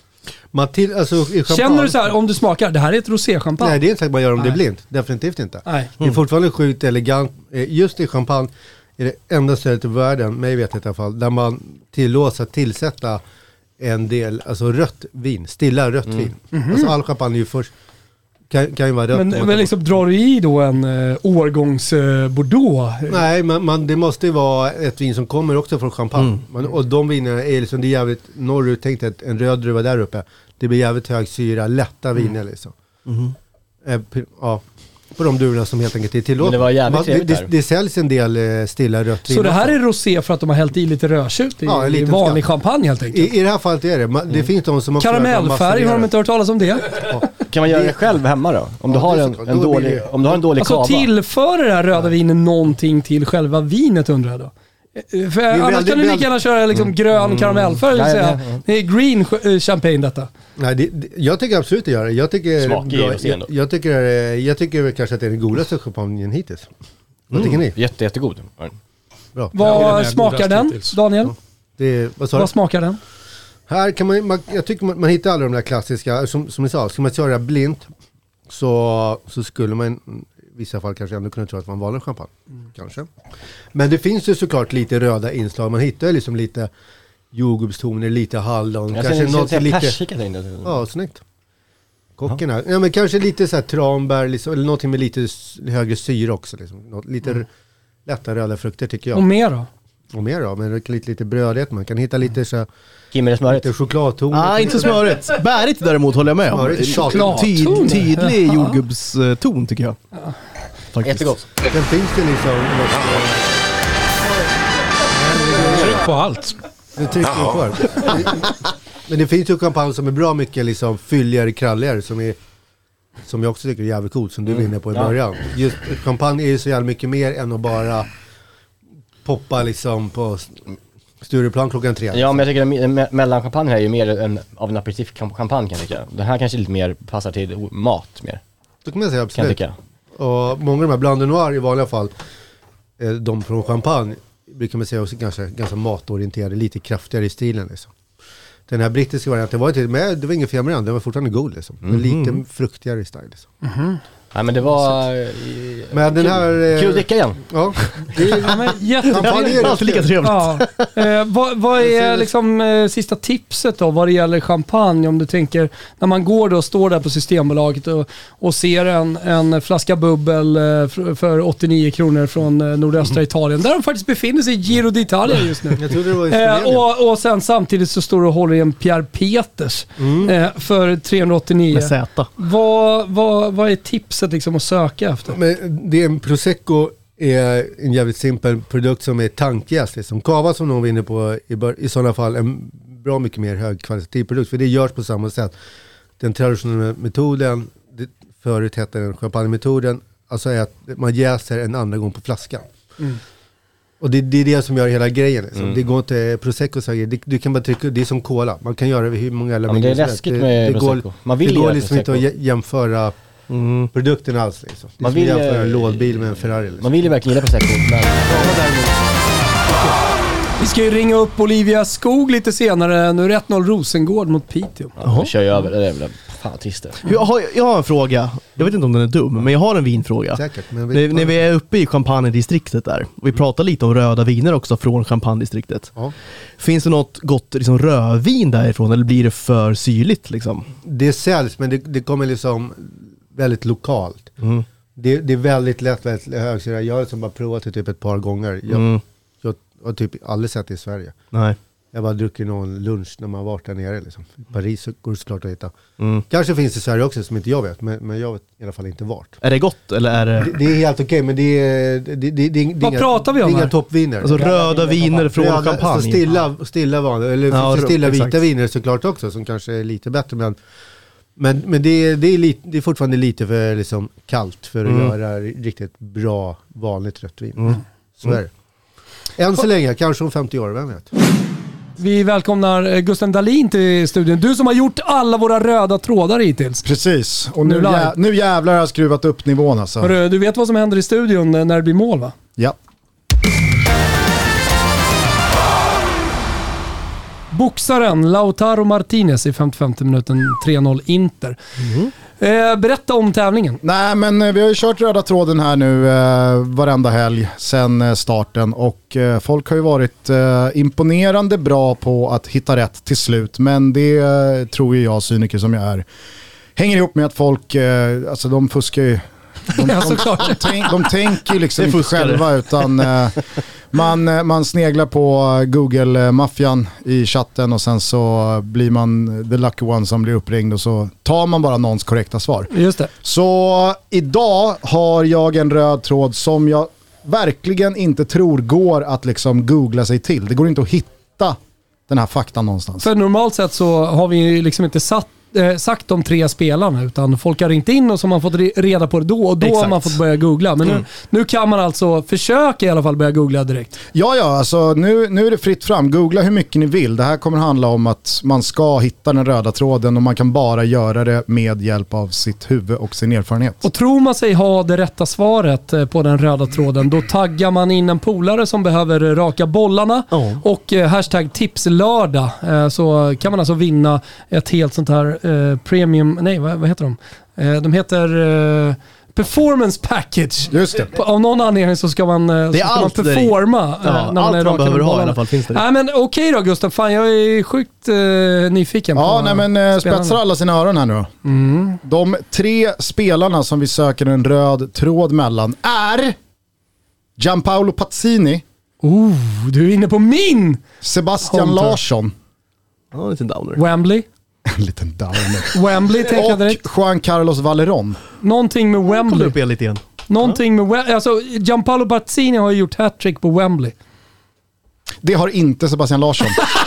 Man till, alltså, i champagne, Känner du så här, om du smakar, det här är ett rosé-champagne? Nej, det är inte säkert man gör om det är Nej. blint. Definitivt inte. Nej. Det är fortfarande sjukt elegant. Eh, Just i champagne är det enda stället i världen, mig vet jag i alla fall, där man tillåts att tillsätta en del, alltså rött vin, stilla rött vin. Alltså all champagne är ju först, kan, kan ju vara rött. Men, om man men tar liksom drar du i då en uh, årgångs uh, Bordeaux? Nej, men man, det måste ju vara ett vin som kommer också från champagne. Mm. Man, och de vinerna är liksom, det är jävligt norrut, tänk dig att en röd druva där uppe. Det blir jävligt hög syra, lätta viner liksom. Mhm. Eh, p- ja. på de druvorna som helt enkelt är tillåtna. Men det var jävligt Man, det, trevligt det, här. det säljs en del eh, stilla rött vin. Så det här också. är rosé för att de har hällt i lite rödtjut i, Ja, en i liten vanlig skatt. champagne helt enkelt. I, I det här fallet är det. Man, det finns de som också... Karamellfärg, har de inte hört talas om det? Kan man göra det själv hemma då? Om du Ja, har det är en, såklart. en Då blir dålig, det- om du har en dålig Alltså kava. tillför det här röda vinet någonting till själva vinet undrar jag då? Eh, För annars väldigt- kan du lika väldigt- gärna köra liksom grön karamellfärg, Ja, vill ja, säga. ja, ja. Det är green ch- eh, champagne detta. Nej, det, det, jag tycker absolut det gör det. Jag tycker, Smakar ju bra, rosé jag, ändå. jag, tycker, jag tycker väl kanske att det är den godaste champagnen hittills. Vad tycker ni? Jätte, jättegod. Bra. Jag håller Vad med, smakar godast den, hittills. Daniel? Det, vad sa du? Vad smakar den? Här kan man, man jag tycker man, man hittar alla de där klassiska, som, som ni sa, ska man köra blint så, så skulle man i vissa fall kanske ändå kunna tro att man valde champagne. Mm. Kanske. Men det finns ju såklart lite röda inslag, man hittar ju liksom lite jordgubbstoner, lite hallon, Jag kanske ser, något ser lite... persika där inne. Ja, snyggt. Kocken här. Ja, men kanske lite så här tranbär, liksom, eller någonting med lite s- högre syre också. Liksom. Något, lite Mm. r- lätta röda frukter tycker Och jag. mer då? Och mer då, men lite, lite brödighet. Man kan hitta lite, så här, Kim, är det smörigt? lite chokladtoner. Ah, inte så smörigt. Bärigt däremot håller jag med om. Smörigt, tjatigt. Ty, Chokladton. tydlig Jaha. jordgubbston tycker jag. Faktiskt. Jättegott. Sen finns det liksom något, Tryck på allt. det trycker vi på. Men det finns ju champagne som är bra mycket liksom fylligare, kralligare som är som jag också tycker är jävligt coolt, som du var inne på i Ja. början. Just champagne är ju så jävla mycket mer än att bara poppa liksom på Stureplan klockan tre. Ja, men jag tycker att me- mellanchampagne här är ju mer en, av en aperitif-champagne kan jag tycka. Den här kanske lite mer passar till o- mat mer, Då kan man säga kan jag absolut. tycka. Och många av de här Blanc de Noir i vanliga fall, eh, de från champagne, brukar man säga också ganska, ganska matorienterade, lite kraftigare i stilen liksom. Den här brittiska varianten var inte med, det var ingen fel med den, den var fortfarande god liksom. Men lite fruktigare i style liksom. Nej, men det var... eh, Men den här... eh, Kul att dricka igen. Ja, det är, Ja, men jätte- champagne är Alltid lika rätt trevligt. Ja. Eh, vad, vad är liksom eh, sista tipset då vad det gäller champagne? Om du tänker när man går då och står där på Systembolaget och, och ser en, en flaska bubbel eh, för, för åttionio kronor från eh, nordöstra Italien. Där de faktiskt befinner sig i Giro d'Italia just nu. Jag trodde det var i Eh, Slovenien. och, och sen samtidigt så står du och håller i en Pierre Peters eh, för trehundraåttionio. Med Z. Vad, vad, vad är tipset liksom att söka efter? Men det är en Prosecco är en jävligt simpel produkt som är tankjäst. Liksom. Cava som någon var inne på i, bör- i sådana fall en bra mycket mer högkvalitativ produkt. För det görs på samma sätt. Den traditionella metoden, det, förut hette den champagnemetoden, alltså är att man jäser en andra gång på flaskan. Mm. Och det, det är det som gör hela grejen. Liksom. Det går inte, Prosecco säger, det, du kan bara trycka, det är som cola. Man kan göra det hur många Ja, men det är läskigt med det Prosecco. går, Man vill det går göra liksom inte att Prosecco. jä- jämföra Mm. produkten alls. Liksom. Det är Man som att vill, jämföra en eh, lådbil med en Ferrari. Liksom. Man vill ju verkligen gilla Prosecco, men... Vi ska ju ringa upp Olivia Skog lite senare. Nu är det ett noll Rosengård mot Piteå. Ja, de kör ju över, det är väl fan trist det. Jag har, jag har en fråga. Jag vet inte om den är dum, men jag har en vinfråga. Säkert. Men När, när vi är uppe i champagnedistriktet där, och vi pratar lite om röda viner också från champagnedistriktet. Ja. Finns det något gott liksom, rödvin därifrån, eller blir det för syrligt liksom? Det säljs, men det, det kommer liksom väldigt lokalt. Mm. Det, det är väldigt lätt, väldigt högsyra. Jag har liksom bara provat det typ ett par gånger. Jag, Mm. jag har typ aldrig sett det i Sverige. Nej. Jag har bara druckit någon lunch när man varit där nere. Liksom. I Paris så går det såklart att hitta. Mm. Kanske finns det i Sverige också som inte jag vet, men, men jag vet i alla fall inte vart. Är det gott, eller är det... Det, det är helt okej, men det är, det, det, det, det är Vad inga, pratar vi om det är inga här? toppviner. Alltså röda viner från Röda, så champagne? stilla, stilla vanliga, eller Ja, finns det stilla exakt. vita viner såklart också som kanske är lite bättre, men men, men det, är, det, är lite, det är fortfarande lite för liksom kallt för att Mm. göra riktigt bra vanligt rött vin. Mm. Så är det. Än så länge, kanske om femtio år, vem vet? Vi välkomnar eh, Gusten Dahlin till studion. Du som har gjort alla våra röda trådar hittills. Precis, och Nu nu, live. jä- nu jävlar har jag skruvat upp nivån alltså. Hörru, du vet vad som händer i studion eh, när det blir mål va? Ja. Boxaren Lautaro Martinez i femtiofemte minuten tre noll Inter. Eh, berätta om tävlingen. Nej men eh, vi har ju kört röda tråden här nu eh, varenda helg sedan eh, starten och eh, folk har ju varit eh, imponerande bra på att hitta rätt till slut, men det eh, tror ju jag, cyniker som jag är, hänger ihop med att folk, eh, alltså de fuskar ju. De, Ja, de, såklart. de, tänk, de tänker ju liksom Det är inte fuskare. själva utan eh, Man, man sneglar på Google-maffian i chatten och sen så blir man the lucky one som blir uppringd och så tar man bara någons korrekta svar. Just det. Så idag har jag en röd tråd som jag verkligen inte tror går att liksom googla sig till. Det går inte att hitta den här faktan någonstans. För normalt sett så har vi ju liksom inte satt Eh, sagt de tre spelarna, utan folk har ringt in och så har man fått reda på det då och då Exakt. har man fått börja googla. Men Mm. nu, nu kan man alltså försöka i alla fall börja googla direkt. Ja, ja, alltså nu, nu är det fritt fram. Googla hur mycket ni vill. Det här kommer handla om att man ska hitta den röda tråden och man kan bara göra det med hjälp av sitt huvud och sin erfarenhet. Och tror man sig ha det rätta svaret eh, på den röda tråden, då taggar man in en polare som behöver raka bollarna Ja. och eh, hashtag tipslördag, eh, så kan man alltså vinna ett helt sånt här eh, premium, nej vad, vad heter de? Eh, de heter eh, performance package. Just det. På, av någon anledning så ska man, eh, så ska man allt där i. performa eh, Ja, när man allt är man rakad behöver med ha i bollarna. alla fall finns det. Nej men okej då Gustav, fan jag är sjukt eh, nyfiken Ja, på nej men eh, spelarna. spetsar alla sina öron här nu då. Mm. De tre spelarna som vi söker en röd tråd mellan är Gianpaolo Pazzini, Oh, du är inne på min Sebastian Hunter. Larsson, Ja, en liten downer. Wembley. en liten downer, Wembley tänker jag direkt. och Juan Carlos Valeron. Någonting med Kolla Wembley. upp er lite igen. Någonting med Wembley. Alltså, Gianpaolo Pazzini har ju gjort hattrick på Wembley. Det har inte Sebastian Larsson.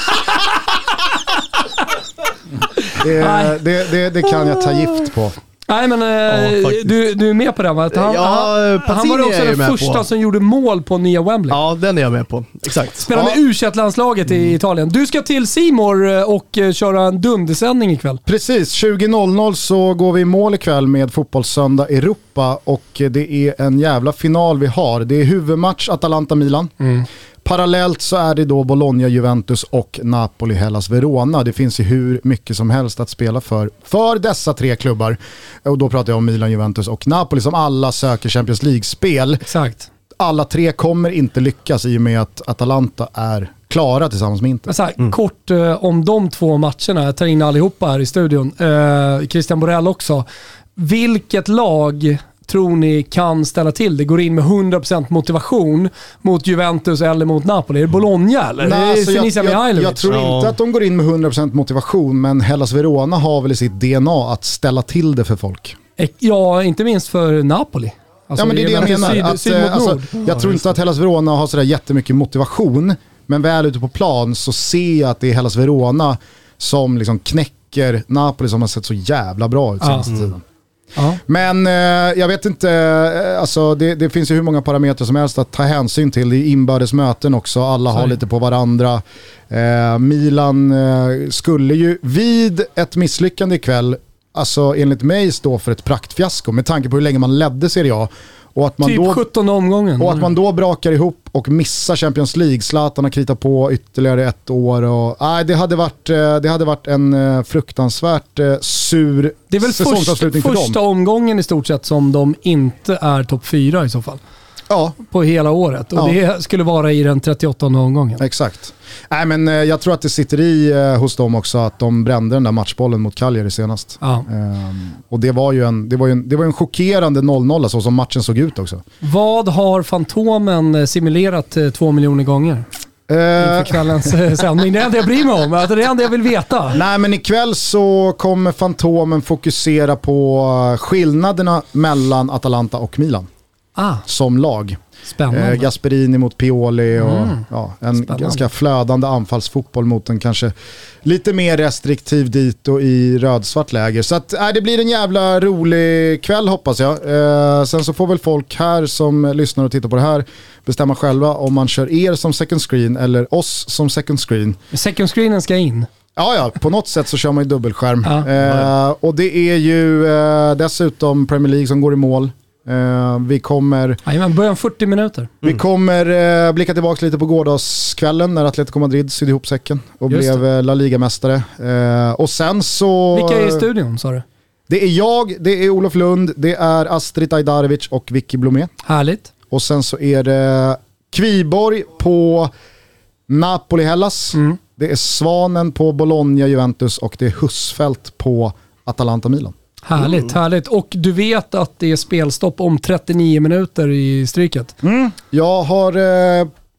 det, Nej. det, det, det kan jag ta gift på. Nej men eh, Ja, faktiskt. du, du är med på det va? Att Han, Ja, han, han Pazzini var också är ju den med första på. som gjorde mål på nya Wembley. Ja, den är jag med på. Exakt. Spelar med Ja. U tjugoett-landslaget i Italien. Du ska till C More och eh, köra en dundersändning ikväll. Precis, tjugo noll noll så går vi i mål ikväll med Fotbollssöndag Europa och det är en jävla final vi har. Det är huvudmatch Atalanta-Milan. Parallellt så är det då Bologna, Juventus och Napoli, Hellas Verona. Det finns ju hur mycket som helst att spela för för dessa tre klubbar. Och då pratar jag om Milan, Juventus och Napoli som alla söker Champions League-spel. Exakt. Alla tre kommer inte lyckas i och med att Atalanta är klara tillsammans med Inter. Men så här, kort eh, om de två matcherna. Jag tar in allihopa här i studion. Eh, Christian Borell också. Vilket lag tror ni kan ställa till det? Går in med hundra procent motivation mot Juventus eller mot Napoli? Är det Bologna eller? Nej, är det alltså jag, Sinisa jag, Mihailovic? jag tror Ja. inte att de går in med hundra procent motivation, men Hellas Verona har väl i sitt D N A att ställa till det för folk. Ja, inte minst för Napoli. Alltså, Ja, men det är det jag egentligen menar. Syd, Att, syd eh, mot alltså, nord. jag tror inte att Hellas Verona har sådär jättemycket motivation, men väl ute på plan så ser jag att det är Hellas Verona som liksom knäcker Napoli som har sett så jävla bra ut Ja. senaste tiden. Ja. Men eh, jag vet inte, eh, alltså det, det finns ju hur många parametrar som helst att ta hänsyn till i inbördes möten också. Alla har Sorry. lite på varandra. Eh, Milan eh, skulle ju vid ett misslyckande ikväll, alltså enligt mig stå för ett praktfiasko med tanke på hur länge man ledde Serie A. Och att man Typ då... sjuttonde omgången. Och att man då brakar ihop och missar Champions League. Zlatan har kritat på ytterligare ett år. Och, nej, det, hade varit, eh, det hade varit en eh, fruktansvärt eh, sur Det är väl först, säsongsavslutning för första dem. omgången i stort sett som de inte är topp fyra i så fall. Ja, På hela året. Och Ja. det skulle vara i den trettioåttonde omgången. exakt. Nej, men eh, jag tror att det sitter i eh, hos dem också att de brände den där matchbollen mot Cagliari senast. Ja. Ehm, och det var ju en, det var ju en, det var ju en chockerande noll noll så som matchen såg ut också. Vad har Fantomen simulerat eh, två miljoner gånger inför Eh, kvällens eh, sändning? Det är det enda jag bryr mig om. Alltså, det är det enda jag vill veta. Nej, men ikväll så kommer Fantomen fokusera på skillnaderna mellan Atalanta och Milan Ah, som lag. spännande. Eh, Gasperini mot Pioli och Mm. ja, en Spännande. ganska flödande anfallsfotboll mot en kanske lite mer restriktiv dit och i rödsvart läger. Så att, äh, det blir en jävla rolig kväll hoppas jag. Eh, sen så får väl folk här som lyssnar och tittar på det här bestämma själva om man kör er som second screen eller oss som second screen. Second screenen ska in. Ja, ja, på något sätt så kör man ju dubbelskärm. Ja. Eh, och det är ju eh, dessutom Premier League som går i mål. Eh, vi kommer... Jajamän, början fyrtio minuter. Vi kommer eh, blicka tillbaka lite på gårdagskvällen när Atletico Madrid sydde ihop säcken och Just blev eh, La Liga-mästare. Eh, och sen så... Vilka är i studion sa du? Det är jag, det är Olof Lund, det är Astrid Ajdarevic och Vicky Blomé. Härligt. Och sen så är det Kviborg på Napoli-Hellas. Mm. Det är Svanen på Bologna, Juventus och det är Husfeldt på Atalanta-Milan. Härligt, härligt. Och du vet att det är spelstopp om trettionio minuter i stryket. Jag har eh,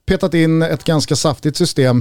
petat in ett ganska saftigt system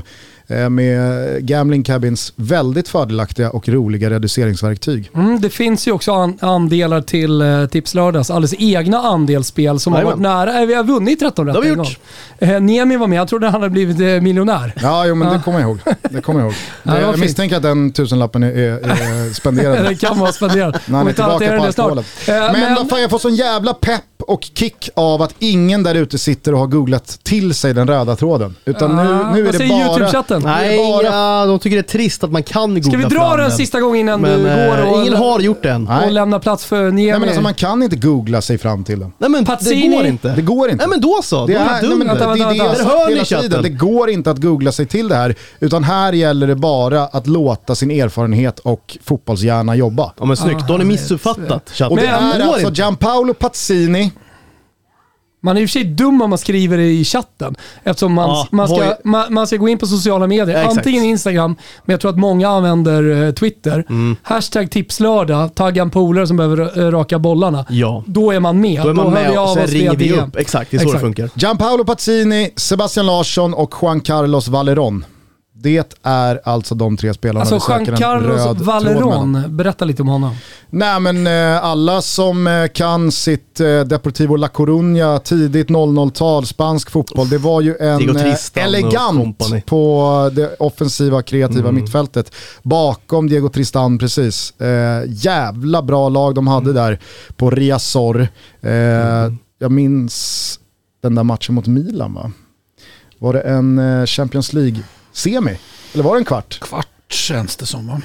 med Gambling Cabins väldigt fördelaktiga och roliga reduceringsverktyg. Mm, det finns ju också an- andelar till eh, Tipslördags, alldeles egna andelsspel som Jajamän. har varit nära. Eh, vi har vunnit tretton rätt Det har vi en gjort. gång. Eh, Niemi var med, jag trodde han hade blivit eh, miljonär. Ja, jo, men Ja. det kommer jag ihåg. Det kommer jag ihåg. Ja, det var jag fint. misstänker att den tusenlappen är, är, är spenderad. Det kan vara spenderat. När han är tillbaka på alkoholen. Eh, Men, men vad fan, jag får sån jävla pepp och kick av att ingen där ute sitter och har googlat till sig den röda tråden. Utan nu, nu är vad det säger bara... YouTube-chatten? Nej, bara- ja, de tycker det är trist att man kan googla Ska vi dra fram den sista gången innan Men du eh, går och, ingen har gjort det än. Nej. och lämnar plats för Niemi? Nej, men alltså, man kan inte googla sig fram till den. Nej men Pazzini. det går inte. Det går inte. Nej men då så, Det då är, är nej, det men, dumt. det, det, det, är det jag vänta, har vänta. sagt Hör ni hela tiden. chatten? Det går inte att googla sig till det här, utan här gäller det bara att låta sin erfarenhet och fotbollshjärna jobba. Ja men snyggt, då har ni missuppfattat chatten. Och det Men är det går alltså inte. Gianpaolo Pazzini. Man är i och för sig dum om man skriver det i chatten. Eftersom man, Ja, man, ska, vad- man, man ska gå in på sociala medier. Ja, exakt. Antingen Instagram, men jag tror att många använder eh, Twitter. Mm. Hashtag tipslördag, tagga en polare som behöver eh, raka bollarna. Ja. Då är man med. Då är man hör med vi och av sen oss ringer via vi D M. upp. Exakt, det är så Exakt. det funkar. Gianpaolo Pazzini, Sebastian Larsson och Juan Carlos Valeron. Det är alltså de tre spelarna Alltså vi söker Juan en Carlos röd tråd Valeron, mellan. berätta lite om honom. Nej men eh, alla som eh, kan sitt eh, Deportivo La Coruña, tidigt noll noll-tal, spansk fotboll. Det var ju en Diego eh, Tristan och elegant company. på det offensiva, kreativa Mm. mittfältet. Bakom Diego Tristan, precis. Eh, jävla bra lag de hade där på Riazor. Eh, Jag minns den där matchen mot Milan, va? Var det en eh, Champions League-semi? Eller var det en kvart? Kvart känns det som, va?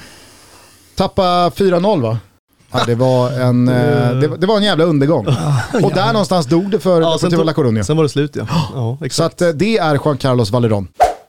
Tappa fyra noll, va? Ja, det, var en, eh, det, var- det var en jävla undergång. Och där någonstans dog det för Ja, sen, Deportivo La Coruña. sen var det slut ja. Ja, Så exakt. att eh, det är Juan Carlos Valeron.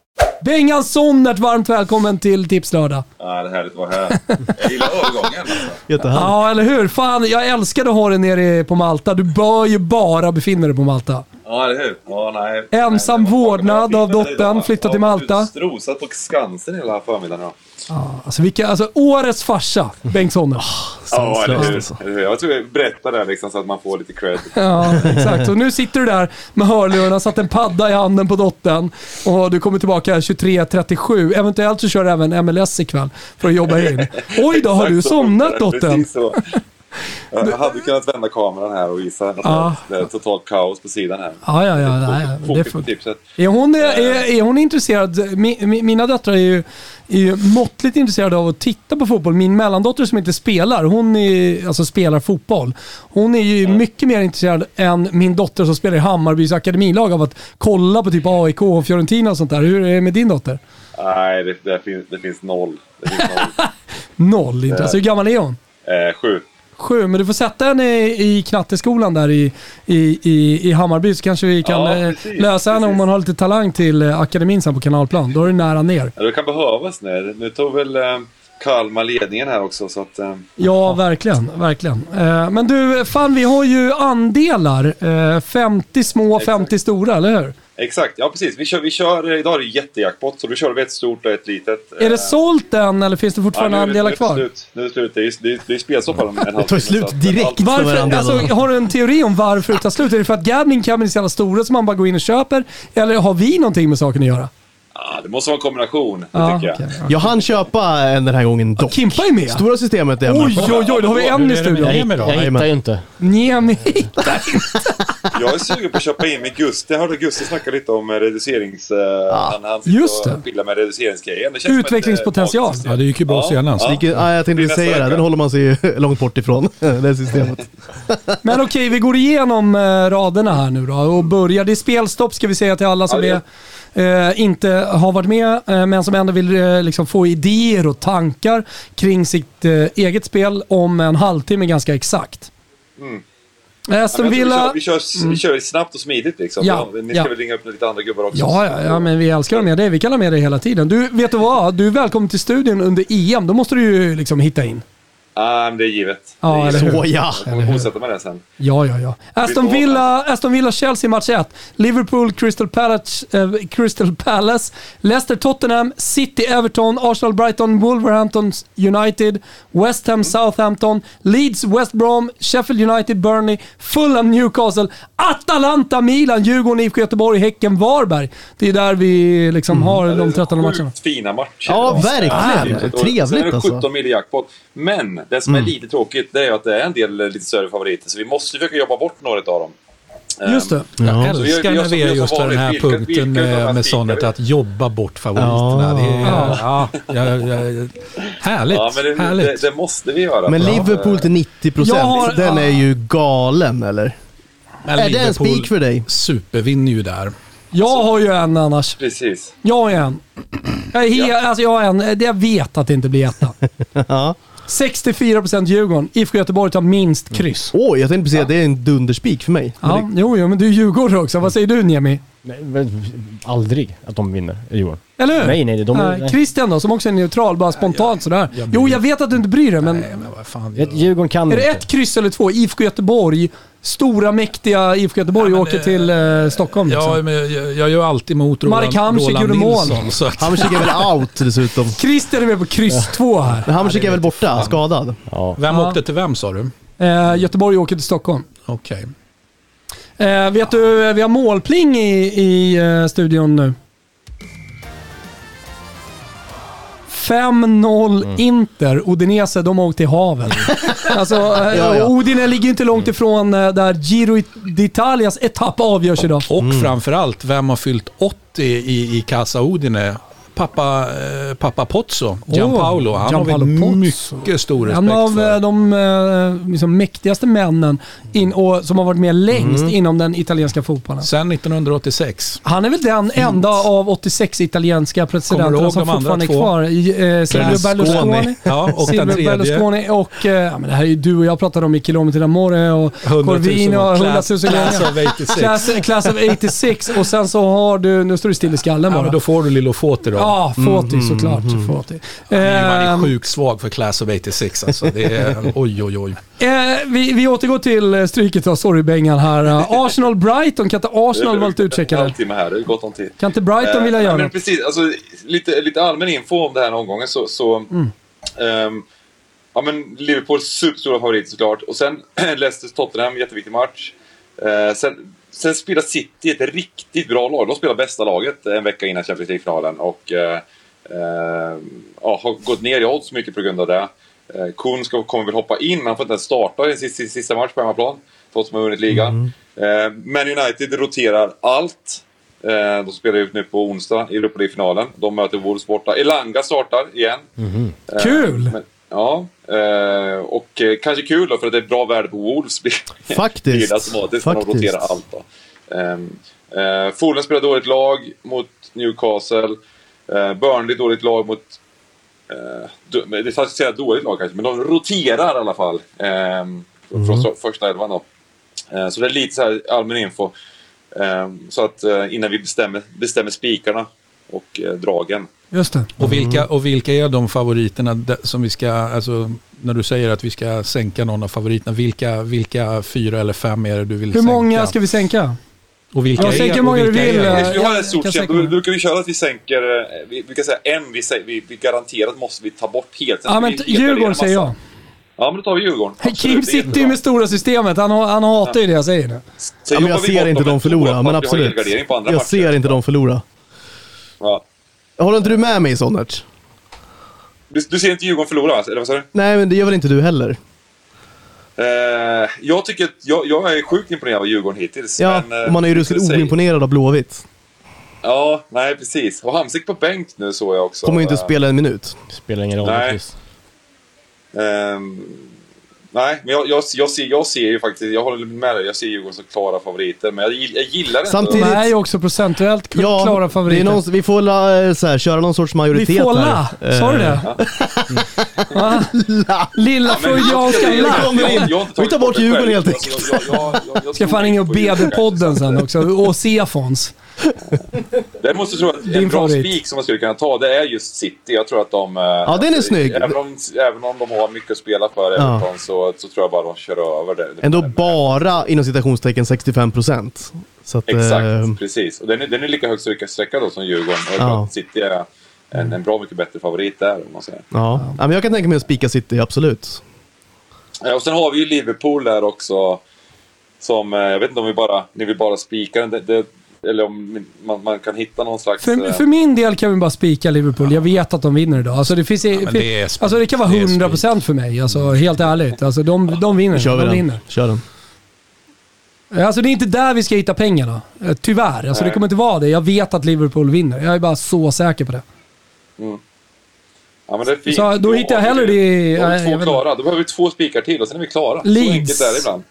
Bengan Sonnert, varmt välkommen till Tipslördag. Ja, det är härligt att vara här. Jag gillar övergången alltså. Jättehärligt. Ja, eller hur? Fan, jag älskade att ha dig nere på Malta. Du bör ju bara befinna dig på Malta. Ja, eller hur? Ja, nej. Ensam nej, vårdnad jag av fick mig dottern, idag. flyttat Ja, till Malta. Strosat på Skansen hela förmiddagen. Ja, Ja, alltså, vilka, alltså årets farsa, Bengt Sonnert. ja eller, hur? alltså. eller hur? Jag tror jag berättar det liksom, så att man får lite cred. Ja, exakt. Och nu sitter du där med hörlurarna, satt en padda i handen på dottern och du kommer tillbaka tjugotre trettiosju. Eventuellt så kör du även M L S ikväll för att jobba in. Oj då, har du Exakt så somnat funkar det. dottern? Precis så. Jag hade kunnat vända kameran här och visa att Ja. det är totalt kaos på sidan här. Ja, ja, ja. Nej, det Fokus på får... tipset. Är hon, är, är hon intresserad? Mi, mi, mina döttrar är ju, är ju måttligt intresserade av att titta på fotboll. Min mellandotter som inte spelar, hon är, alltså spelar fotboll. Hon är ju mycket mer intresserad än min dotter som spelar i Hammarbys akademilag av att kolla på typ A I K och Fiorentina och sånt där. Hur är det med din dotter? Nej, det, det, finns, det finns noll. Det finns noll. Noll intresse. Hur gammal är hon? Eh, sju. Sju, men du får sätta henne i, i knatteskolan där i, i, i, i Hammarby så kanske vi kan Ja, eh, precis, lösa henne om precis. man har lite talang till eh, akademin sen på Kanalplan. Då är det nära ner. Ja, det kan behövas nu. Nu tog väl eh, Kalmar ledningen här också. Så att, eh, Ja, verkligen. verkligen. Eh, men du, fan vi har ju andelar. Eh, femtio små, Exakt. femtio stora, eller hur? Exakt, ja precis. Vi kör, vi kör, idag är det jättejackpot, så då kör vi ett stort och ett litet. Är det Eh, sålt än eller finns det fortfarande ja, nu är det- andelar nu är det kvar? Slut. Nu är det slut. Det är, det är, det är spelstopp om en halvtimme. Det tar slut så att- direkt. Ja, Varför, Varandra alltså, då. har du en teori om varför det tar slut? Är det för att Gambling Cabin är så jävla stora som man bara går in och köper? Eller har vi någonting med saken att göra? ja, det måste vara en kombination, det Ja, tycker jag. okej. Jag hann köpa en den här gången dock. Kimpa är med. Stora systemet är Oj, oj, oj, då har vi en i Hur är det med studion. Niemi då? Jag hittar ju inte. Niemi. Jag är sugen på att köpa in med Gusti. Jag hörde Gusti snacka lite om eh, reducerings... eh, han, han sitter just det. och pillar med reduceringsgrejen. Det känns som ett, eh, Utvecklingspotential. magiskt system. Ja, det gick ju bra senast. Ja. Vilket, ja, jag tänkte Nästa säga det, vecka. den håller man sig ju långt bort ifrån, det systemet. Men okej, vi går igenom eh, raderna här nu då och börjar. Det är spelstopp ska vi säga till alla som Ja, är, eh, inte har varit med eh, men som ändå vill eh, liksom få idéer och tankar kring sitt eh, eget spel om en halvtimme ganska exakt. Mm. Aston Ja, men jag tror Villa... vi, kör, vi, kör, vi kör snabbt och smidigt liksom. Ja, Ja, Ni ja. ska väl ringa upp lite andra gubbar också. Ja, ja, ja, men vi älskar att ha med dig. Vi kan ha med dig hela tiden. Du, vet du vad? Du är välkommen till studion under E M. Då måste du ju liksom hitta in. Ah, det är givet. Ja, det är eller givet. hur? Så ja. Jag kommer fortsätta med det sen. Ja, ja, ja. Aston Villa, Aston Villa Chelsea match ett. Liverpool Crystal Palace, äh, Crystal Palace. Leicester Tottenham, City Everton, Arsenal Brighton, Wolverhampton United, West Ham Southampton, Leeds West Brom, Sheffield United Burnley, Fulham Newcastle, Atalanta Milan, Djurgården I F K Göteborg, Häcken Varberg. Det är där vi liksom mm. har de tretton matcherna. Fina matcher. Ja, verkligen. Sen Trevligt är det alltså. sjutton miljoner jackpot. Men det som är lite tråkigt, det är att det är en del lite större favoriter. Så vi måste försöka jobba bort några av dem. Just det. Jag Ja. älskar när vi är just på den här vilka, punkten vilka med, med sånt att jobba bort favoriterna. Ja. Det är, ja. Ja, ja, ja, härligt. Ja, men det, härligt. det, det måste vi göra. Men Ja. Liverpool till nittio procent, Jag har- den är ju galen eller? Men Är det en Liverpool spik för dig? supervinner ju där. Jag har ju en annars. Precis. Jag har en. Jag, är he- alltså jag har en. Det jag vet att det inte blir etta. Ja. sextiofyra procent Djurgården. I F K Göteborg tar minst kryss. Oj, jag tänkte precis att det är en dunderspik för mig. Men Ja, det- jo, jo, men du är Djurgården också. Vad säger du, Niemi? Nej, men aldrig att de vinner, Johan. Eller hur? Nej, nej, de är- Nej, Christian då, som också är neutral, bara spontant sådär. jag Jo, bryr- jag vet att du inte bryr dig, men Nej, men vad fan. Ett Djurgården kan är det inte. ett kryss eller två? I F K Göteborg, stora mäktiga I F K Göteborg Ja, men åker det- till eh, Stockholm. Liksom. Ja, men jag, jag gör alltid mot Roland, Marek Hamsik Roland gjorde mål. Nilsson. Så att, Hamsik är väl out dessutom. Christian är med på kryss två här. Men Hamsik är väl borta, skadad. Ja. vem Ja. åkte till vem sa du? Eh, Göteborg åker till Stockholm. Okej. Eh, vet du, vi har målpling i, i eh, studion nu. fem noll Inter. Udinese, de har åkt till haven. Alltså, eh, Ja, ja. Udine ligger inte långt ifrån eh, där Giro d'Italias etapp avgörs idag. Och framförallt, vem har fyllt åttio i, i Casa Udine? Pappa, eh, pappa Pozzo, Gianpaolo. Han Gianpaolo har vi Pozzo. mycket stor respekt En av för. eh, de eh, liksom mäktigaste männen in, och, som har varit med längst inom den italienska fotbollen. Sen nittonhundraåttiosex. Han är väl den enda av åttiosex italienska Kommer du presidenterna ihåg som de andra fortfarande är två? kvar. I, eh, Silvio Berlusconi. Ja, och Silvio den tredje. Berlusconi och eh, ja, men det här är ju du och jag pratade om i Kilometer d'Amore och Corvino och hundratusen Class gånger. of åttiosex. Class, class of åttiosex och sen så har du, nu står det still i skallen Ja, bara. men då får du Lillo Foti då. Ja, Foti såklart. Foti. Han är, man är Ehm, sjukt svag för Class of åttiosex alltså. Det är, oj, oj, oj. Eh, vi, vi återgår till eh, stryket av sorry Bengan här. Uh, Arsenal Brighton, kan inte Arsenal vara lite En utcheckade? halvtimme här, det är gott om tid. Kan inte Brighton vilja Eh, göra men något? precis, alltså, lite, lite allmän info om den här omgången så... så Mm. ehm, ja, men Liverpool superstora favoriter såklart. Och sen Leicester Tottenham, jätteviktig match. Eh, sen, sen spelar City ett riktigt bra lag. De spelar bästa laget en vecka innan Champions League-finalen. Och eh, eh, ja, har gått ner i odds mycket på grund av det. Eh, Kuhn ska, kommer väl hoppa in, han får inte ens starta i sin sista, sista match på hemmaplan. Trots att de har vunnit ligan. Eh, Men United roterar allt. Eh, de spelar ut nu på onsdag i Europa League-finalen. De möter Wolves borta. Elanga startar igen. Eh, Kul! Men, ja, eh, och eh, kanske kul då för att det är bra värde på Wolves. blir- Faktiskt. blir det automatiskt när de Faktiskt. roterar allt då. Ehm, eh, Fulham spelar dåligt lag mot Newcastle. Eh, Burnley dåligt lag mot... Eh, du, det är faktiskt säga dåligt lag kanske, men de roterar i alla fall. ehm, Från så, första elvan då. Eh, så det är lite så här allmän info. Ehm, så att eh, innan vi bestämmer, bestämmer spikarna och eh, dragen. Just det. Och vilka, och vilka är de favoriterna där- som vi ska, alltså när du säger att vi ska sänka någon av favoriterna, vilka, vilka fyra eller fem är det du vill Hur sänka? många ska vi sänka? Och vilka Jag är, sänker hur och många du vilka vill, är- eh, Vi har jag ett stort kan kämp. sänka Då brukar vi köra att vi sänker... eh, Vi, vi kan säga en vi, sä- vi, vi garanterat måste vi ta bort helt. Sen Ja, ska men vi t- helt Djurgården gardera säger jag. massa. Ja, men då tar vi Djurgården. Kim Absolut, det är sitter ju bra. med stora systemet. Han, har- han hatar ju det jag säger nu. Sen Ja, men jag jobbar vi ser bort inte dem dem med förlora, två, men för att vi har absolut. helgardering på andra Jag matcher. ser inte dem förlora. Ja. Håller inte du med mig Sonnert? Du, du ser inte Djurgården förlora, eller vad sa du? Nej, men det gör väl inte du heller? Eh, jag tycker att jag, jag är sjukt imponerad av Djurgården hittills. Ja, men, eh, och man är ju ruskigt säg- oimponerad av Blåvitt. Ja, nej precis. Och Hamsik på bänk nu såg jag också. Kommer ju inte Eh, spela en minut. Spelar ingen roll. Nej. Chris. ehm, nej, men jag, jag, jag, ser, jag ser ju faktiskt, jag håller med dig, jag ser Djurgården som klara favoriter. Men jag, gill- jag gillar det Samtidigt- De är ju också procentuellt k- Ja, klara det är favoriter. någon, vi får la, eh, så här, köra någon sorts majoritet Vi får la. här. Sa du Eh, det? Va? Lilla freudianska jag- la. kommer in. jag har inte Vi tar tagit bort det Djurgården själv. helt Alltså, jag- jag- jag- jag Ska tror fan ringa och på be Djurgården. podden sen också. Och Sefons. Det Det måste tro att Din en bra favorit. spik som man skulle kunna ta, det är just City. Jag tror att de... Ja, den är snygg. Även om, även om de har mycket att spela för Everton ja. så, så tror jag bara de kör över det. Ändå bara inom citationstecken sextiofem procent. Så att, Exakt, eh, precis. Och den är, den är lika högt sträcka då som Djurgården. Och jag Ja. tror att City är en, en bra mycket bättre favorit där, om man säger. ja. ja, men jag kan tänka mig att spika City, absolut. Ja, och sen har vi ju Liverpool där också. Som, jag vet inte om vi bara, ni vill bara spika den. Det, det, eller om man, man kan hitta någon slags... För, för min del kan vi bara spika Liverpool. Jag vet att de vinner idag. Alltså det, finns, men det är sp- alltså det kan vara det är hundra procent för mig. Alltså helt ärligt. Alltså de, de vinner. Kör vi de den. vinner. Kör den. Alltså det är inte där vi ska hitta pengarna. Eh, Tyvärr. Alltså Nej. det kommer inte vara det. Jag vet att Liverpool vinner. Jag är bara så säker på det. Mm. Ja, men det är fint. Så då hittar jag hellre det i- Då har vi jag två vet klara. Då behöver vi två spikar till och sen är vi klara. Leeds. Så enkelt är det ibland.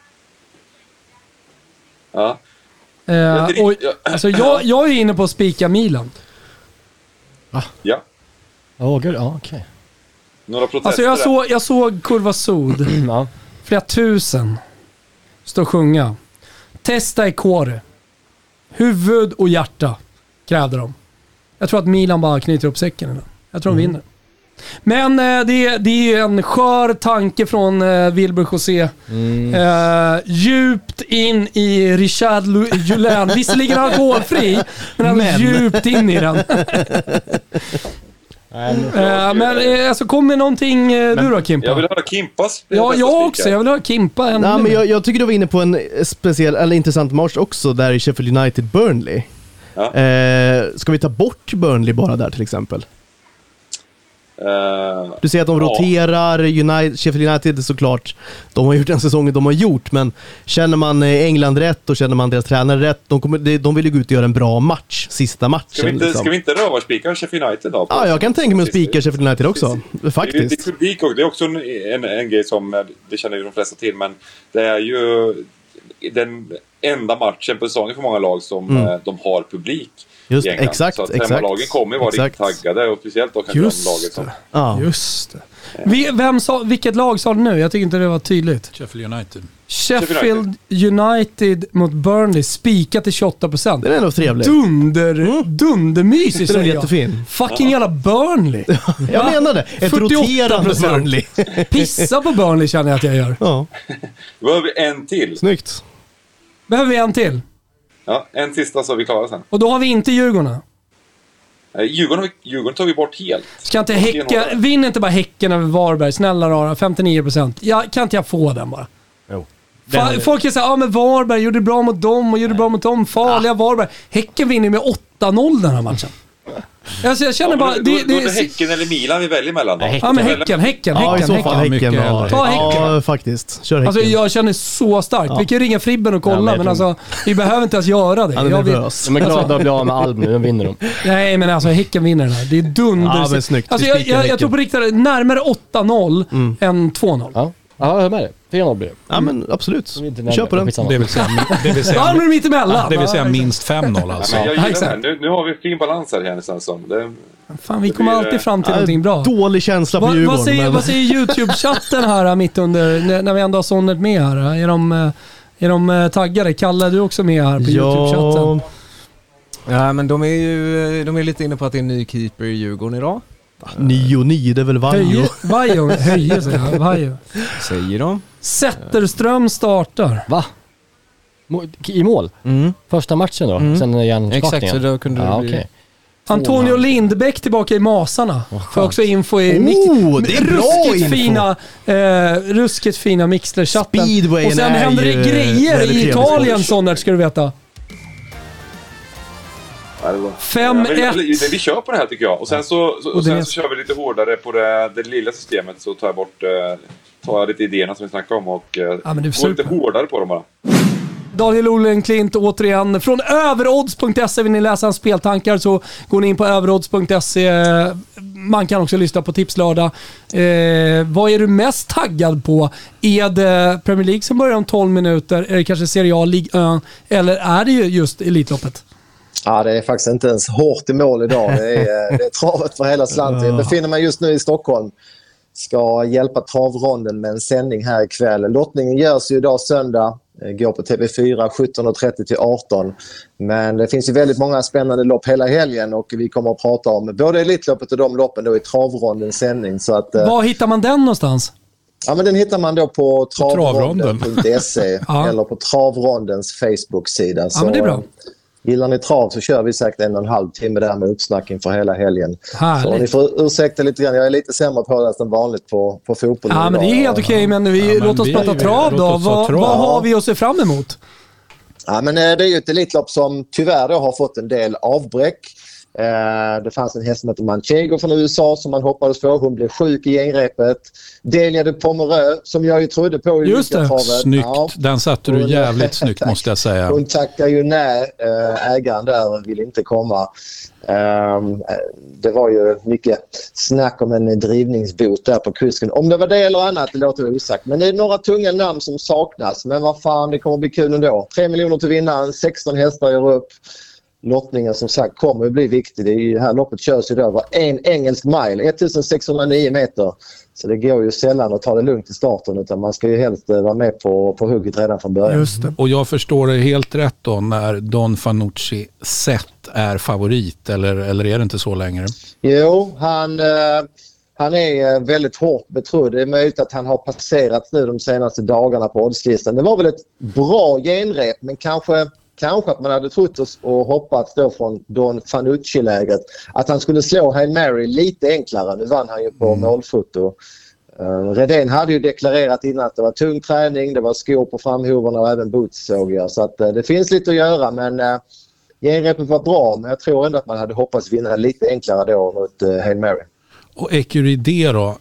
Ja. Eh, Jag- och, jag- alltså jag, jag är inne på att spika Milan. Ja. Åh gud, ja okej. Några protester Alltså jag, där. så, jag såg Kurva Sud. Ja. Flera tusen stå och sjunga. Testa i kåre. Huvud och hjärta krävde de. Jag tror att Milan bara knyter upp säcken idag. Jag tror de vinner. Men eh, det, är- det är en skör tanke från eh, Wilbur José. Eh, djupt in i Richard Lu- Julien. Visserligen alkoholfri, men ändå Men. djupt in i den. Eh, men eh, alltså kom med någonting eh, du då Kimpa? Jag vill höra Kimpas. Ja, bästa jag spikar. också. Jag vill ha Kimpa ännu Nej, men mer. jag, jag tycker du var inne på en speciell, eller intressant match också där i Sheffield United-Burnley. Ja. Eh, ska vi ta bort Burnley bara där till exempel? Eh, Du säger att de Ja. roterar, United, Sheffield United såklart, de har gjort den säsongen de har gjort, men känner man eh, England rätt och känner man deras tränare rätt, de, kommer, de, de vill ju gå ut och göra en bra match, sista matchen. ska, vi inte, liksom. ska vi inte rövarspika Sheffield United då? Ja, jag kan tänka mig att spika Sheffield United också, Det är, faktiskt. det är publik också. Det är också en, en, en grej som, eh, det känner ju de flesta till, men det är ju den enda matchen på säsongen för många lag som Mm. eh, de har publik. Just, i England. exakt, Så att exakt. hemmalagen kommer ju vara Exakt. riktigt taggade, och speciellt då kanske Just de laget som... det. Ja. Just det. Vi, vem sa, vilket lag sa du nu? Jag tycker inte det var tydligt. Sheffield United. Sheffield United mot Burnley, spikat till tjugoåtta procent. Den är ändå trevlig. Dunder, dundermysig Den är säger jag. jättefin. Fucking jävla Burnley. Jag menar det. Ett fyrtioåtta roterande procent. Burnley. Pissa på Burnley känner jag att jag gör. Ja, Då behöver vi en till. snyggt. Behöver vi en till? Ja, en sista så är vi klara sen. Och då har vi inte Djurgården. Eh, Djurgården, har vi- Djurgården tar vi bort helt. Ska inte Och Häcken, stenhårda. vinner inte bara Häcken över Varberg? Snälla rara, femtionio procent. Ja, kan inte jag få den bara? Jo. Fa- folk kan säga, ja men Varberg gjorde bra mot dem och gjorde bra mot dem. Farliga Varberg. Häcken vinner med åtta noll den här matchen. Alltså jag känner Ja, bara... men Det, då, då det, är det Häcken eller Milan vi väljer mellan då. Nej, ja men Häcken, Häcken, Ja, i Häcken, så fall Häcken. Häcken. mycket Ja, hellre. Ta Häcken. ja, faktiskt. Kör Häcken. Alltså jag känner så starkt. Ja. Vi kan ringa Fribben och kolla, Ja, men jag men tror- alltså vi behöver inte ens göra det. Han är Jag vill- nervös. De är glada att bli av med Alm nu, de vinner de. Nej men alltså Häcken vinner den här. Det är dunder. Ja, men snyggt. Alltså Vi jag, spikar jag, jag Häcken. tror på riktigt närmare åtta noll än två noll. Ja, ja jag är med det. fyra noll blir det. Ja, men absolut. De är inte Vi kör på den. skitsamma. Det vill säga, det vill Ja, säga, men de är mitt emellan. det vill säga Ja, minst fem noll alltså. Men jag Ja, gillar det exakt. här. Nu, nu har vi fin balans här känns det som. Det, Fan, vi Det kommer blir, alltid fram till Ja, någonting bra. Dålig känsla på Vad, Djurgården. vad, säger, men- vad säger YouTube-chatten här mitt under, när när vi ändå har Sonnet med här? Är de, eh, är de eh, taggade? Kalle, är du också med här på YouTube-chatten? Ja, Ja, men de är ju de är lite inne på att det är en ny keeper i Djurgården idag. nio nio, det är väl Vaiho. Höje, Vajo, Höje säger jag. Vajo. Säger de. Zetterström startar. Va? Må- I mål? Mm. Första matchen då? Mm. Sen hjärnskakningen? Exakt, så då kunde ja, det bli... okej. Antonio Lindbäck tillbaka i Masarna. Får också info i Oh, det är bra ruskigt info. fina, eh, ruskigt fina Mixler-chatten. Speedwayen Och sen är händer det ju grejer väldigt i trevlig Italien, sport. Sonnert, ska du veta. ja, det var- fem Ja, ett. men vi, vi kör på det här tycker jag. Och sen så, så, Och och det sen är- så kör vi lite hårdare på det, det lilla systemet. Så tar jag bort eh, tar jag lite idéerna som vi snackade om och eh, Ja, men det är går lite super. hårdare på dem bara. Daniel Olenklint återigen. Från överodds punkt se vill ni läsa hans speltankar så går ni in på överodds punkt se. Man kan också lyssna på Tipslördag. Eh, vad är du mest taggad på? Är det Premier League som börjar om tolv minuter? Är det kanske Serie A, Ligue ett? Eller är det ju just Elitloppet? Ja, det är faktiskt inte ens hårt i mål idag. Det är, det är travet för hela slanten. Jag befinner mig just nu i Stockholm. Ska hjälpa travronden med en sändning här ikväll. Lottningen görs ju idag söndag. Går på T V fyra sjutton och trettio till arton. Men det finns ju väldigt många spännande lopp hela helgen och vi kommer att prata om både Elitloppet och de loppen då i Travrondens sändning. Så att, var hittar man den någonstans? Ja, men den hittar man då på travronden punkt se ja. eller på Travrondens Facebook-sida. Så, ja, men det är bra. Gillar ni trav så kör vi säkert en och en halv timme där med uppsnack inför hela helgen. Härligt. Så ni får ursäkta lite grann. Jag är lite sämre på det än vanligt på, på fotboll. Ja, men det är helt okej. Men vi, ja, men låt oss vi, prata trav då. Vad, trav. vad har vi att se fram emot? Ja, men det är ju ett elitlopp som tyvärr då har fått en del avbräck. Eh, det fanns en häst som heter Manchego från U S A som man hoppades på. Hon blev sjuk i genrepet. Delia de Pomerö som jag ju trodde på i Just det. travet. Snyggt. Ja. Den satte du jävligt snyggt måste jag säga. Hon tackar ju nej. Eh, ägaren där vill inte komma. Eh, det var ju mycket snack om en drivningsbot där på kusken. Om det var det eller annat, det låter jag osagt. Men det är några tunga namn som saknas. Men vad fan, det kommer bli kul ändå. Tre miljoner till vinnaren, sexton hästar gör upp. Lottningen som sagt kommer att bli viktig. Det är ju, här loppet körs idag över en engelsk mile, sextonhundranio meter. Så det går ju sällan att ta det lugnt i starten utan man ska ju helst vara med på, på hugget redan från början. Just det. Och jag förstår det helt rätt då när Don Fanucci sett är favorit eller, eller är det inte så längre? Jo, han... Eh, Han är väldigt hårt betrodd. Det är möjligt att han har passerat nu de senaste dagarna på oddslistan. Det var väl ett bra genrep men kanske, kanske att man hade trott och hoppats då från Don Fanucci-lägret att han skulle slå Hail Mary lite enklare. Nu vann han ju på mm. målfoto. Uh, Redén hade ju deklarerat innan att det var tung träning, det var skor på framhovarna och även boots såg jag. Så att, uh, det finns lite att göra men uh, genrepet var bra men jag tror ändå att man hade hoppats vinna lite enklare då mot uh, Hail Mary. Och Ecuride då,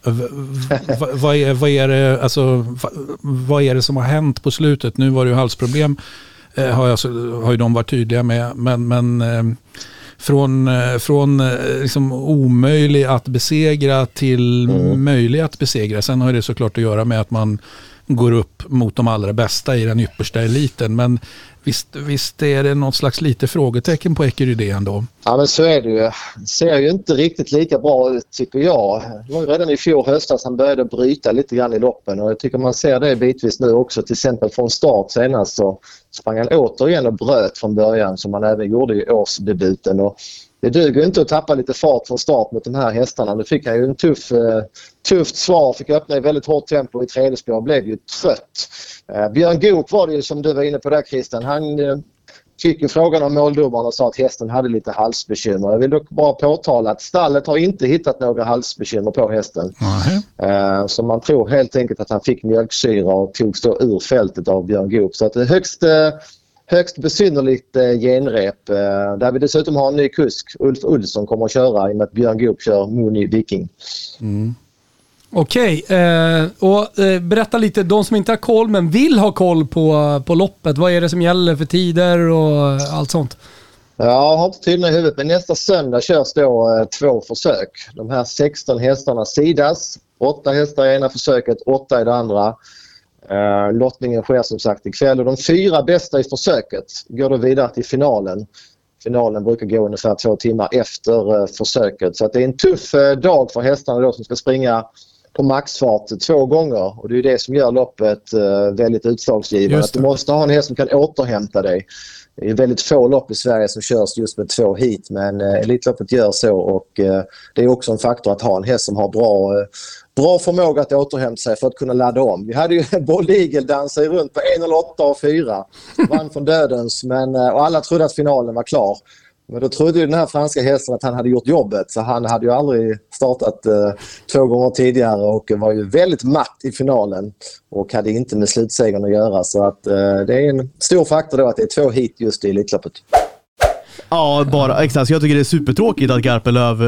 v- vad, är, vad, är det, alltså, v- vad är det som har hänt på slutet? Nu var det ju halsproblem, eh, har, jag, har ju de varit tydliga med, men, men eh, från, eh, från eh, liksom omöjlig att besegra till mm. möjlig att besegra. Sen har det såklart att göra med att man går upp mot de allra bästa i den yppersta eliten, men Visst, visst är det något slags lite frågetecken på Ecuride ändå? Ja men så är det ju. Det ser ju inte riktigt lika bra ut tycker jag. Det var ju redan i fjol höstas han började bryta lite grann i loppen och jag tycker man ser det bitvis nu också. Till exempel från start senast så sprang han återigen och bröt från början som han även gjorde i årsdebuten och det duger inte att tappa lite fart från start mot de här hästarna. Nu fick han ju en tuff, uh, tufft svar, fick öppna i väldigt hårt tempo i tredje spår och blev ju trött. Uh, Björn Goop var det ju som du var inne på där Christian. Han uh, fick ju frågan om måldomaren och sa att hästen hade lite halsbekymmer. Jag vill dock bara påtala att stallet har inte hittat några halsbekymmer på hästen. Mm. Uh, så man tror helt enkelt att han fick mjölksyra och togs då ur fältet av Björn Goop. Så att det är högst... Uh, Högst besynnerligt eh, genrep. Eh, där vi dessutom har en ny kusk. Ulf Olsson kommer att köra i och med att Björn Goop kör Mooney Viking. Mm. Okej, eh, och eh, berätta lite, de som inte har koll men vill ha koll på, på loppet. Vad är det som gäller för tider och allt sånt? Ja, jag har inte tydligen i huvudet, men nästa söndag körs då eh, två försök. De här sexton hästarna sidas. Åtta hästar i ena försöket, åtta i det andra. Uh, lottningen sker som sagt ikväll och de fyra bästa i försöket går då vidare till finalen. Finalen brukar gå ungefär två timmar efter uh, försöket så att det är en tuff uh, dag för hästarna då som ska springa på maxfart två gånger och det är det som gör loppet uh, väldigt utslagsgivande. Att du måste ha en häst som kan återhämta dig. Det är väldigt få lopp i Sverige som körs just med två hit men uh, Elitloppet gör så och uh, det är också en faktor att ha en häst som har bra uh, Bra förmåga att återhämta sig för att kunna ladda om. Vi hade ju Bold Eagle dansa runt på en noll åtta och fyra. Vann från dödens men, och alla trodde att finalen var klar. Men då trodde ju den här franska hästen att han hade gjort jobbet så han hade ju aldrig startat eh, två gånger tidigare och var ju väldigt matt i finalen och hade inte med slutsegern att göra så att eh, det är en stor faktor då att det är två hit just i Elitloppet. Ja, bara exakt. Jag tycker det är supertråkigt att Garpenlöv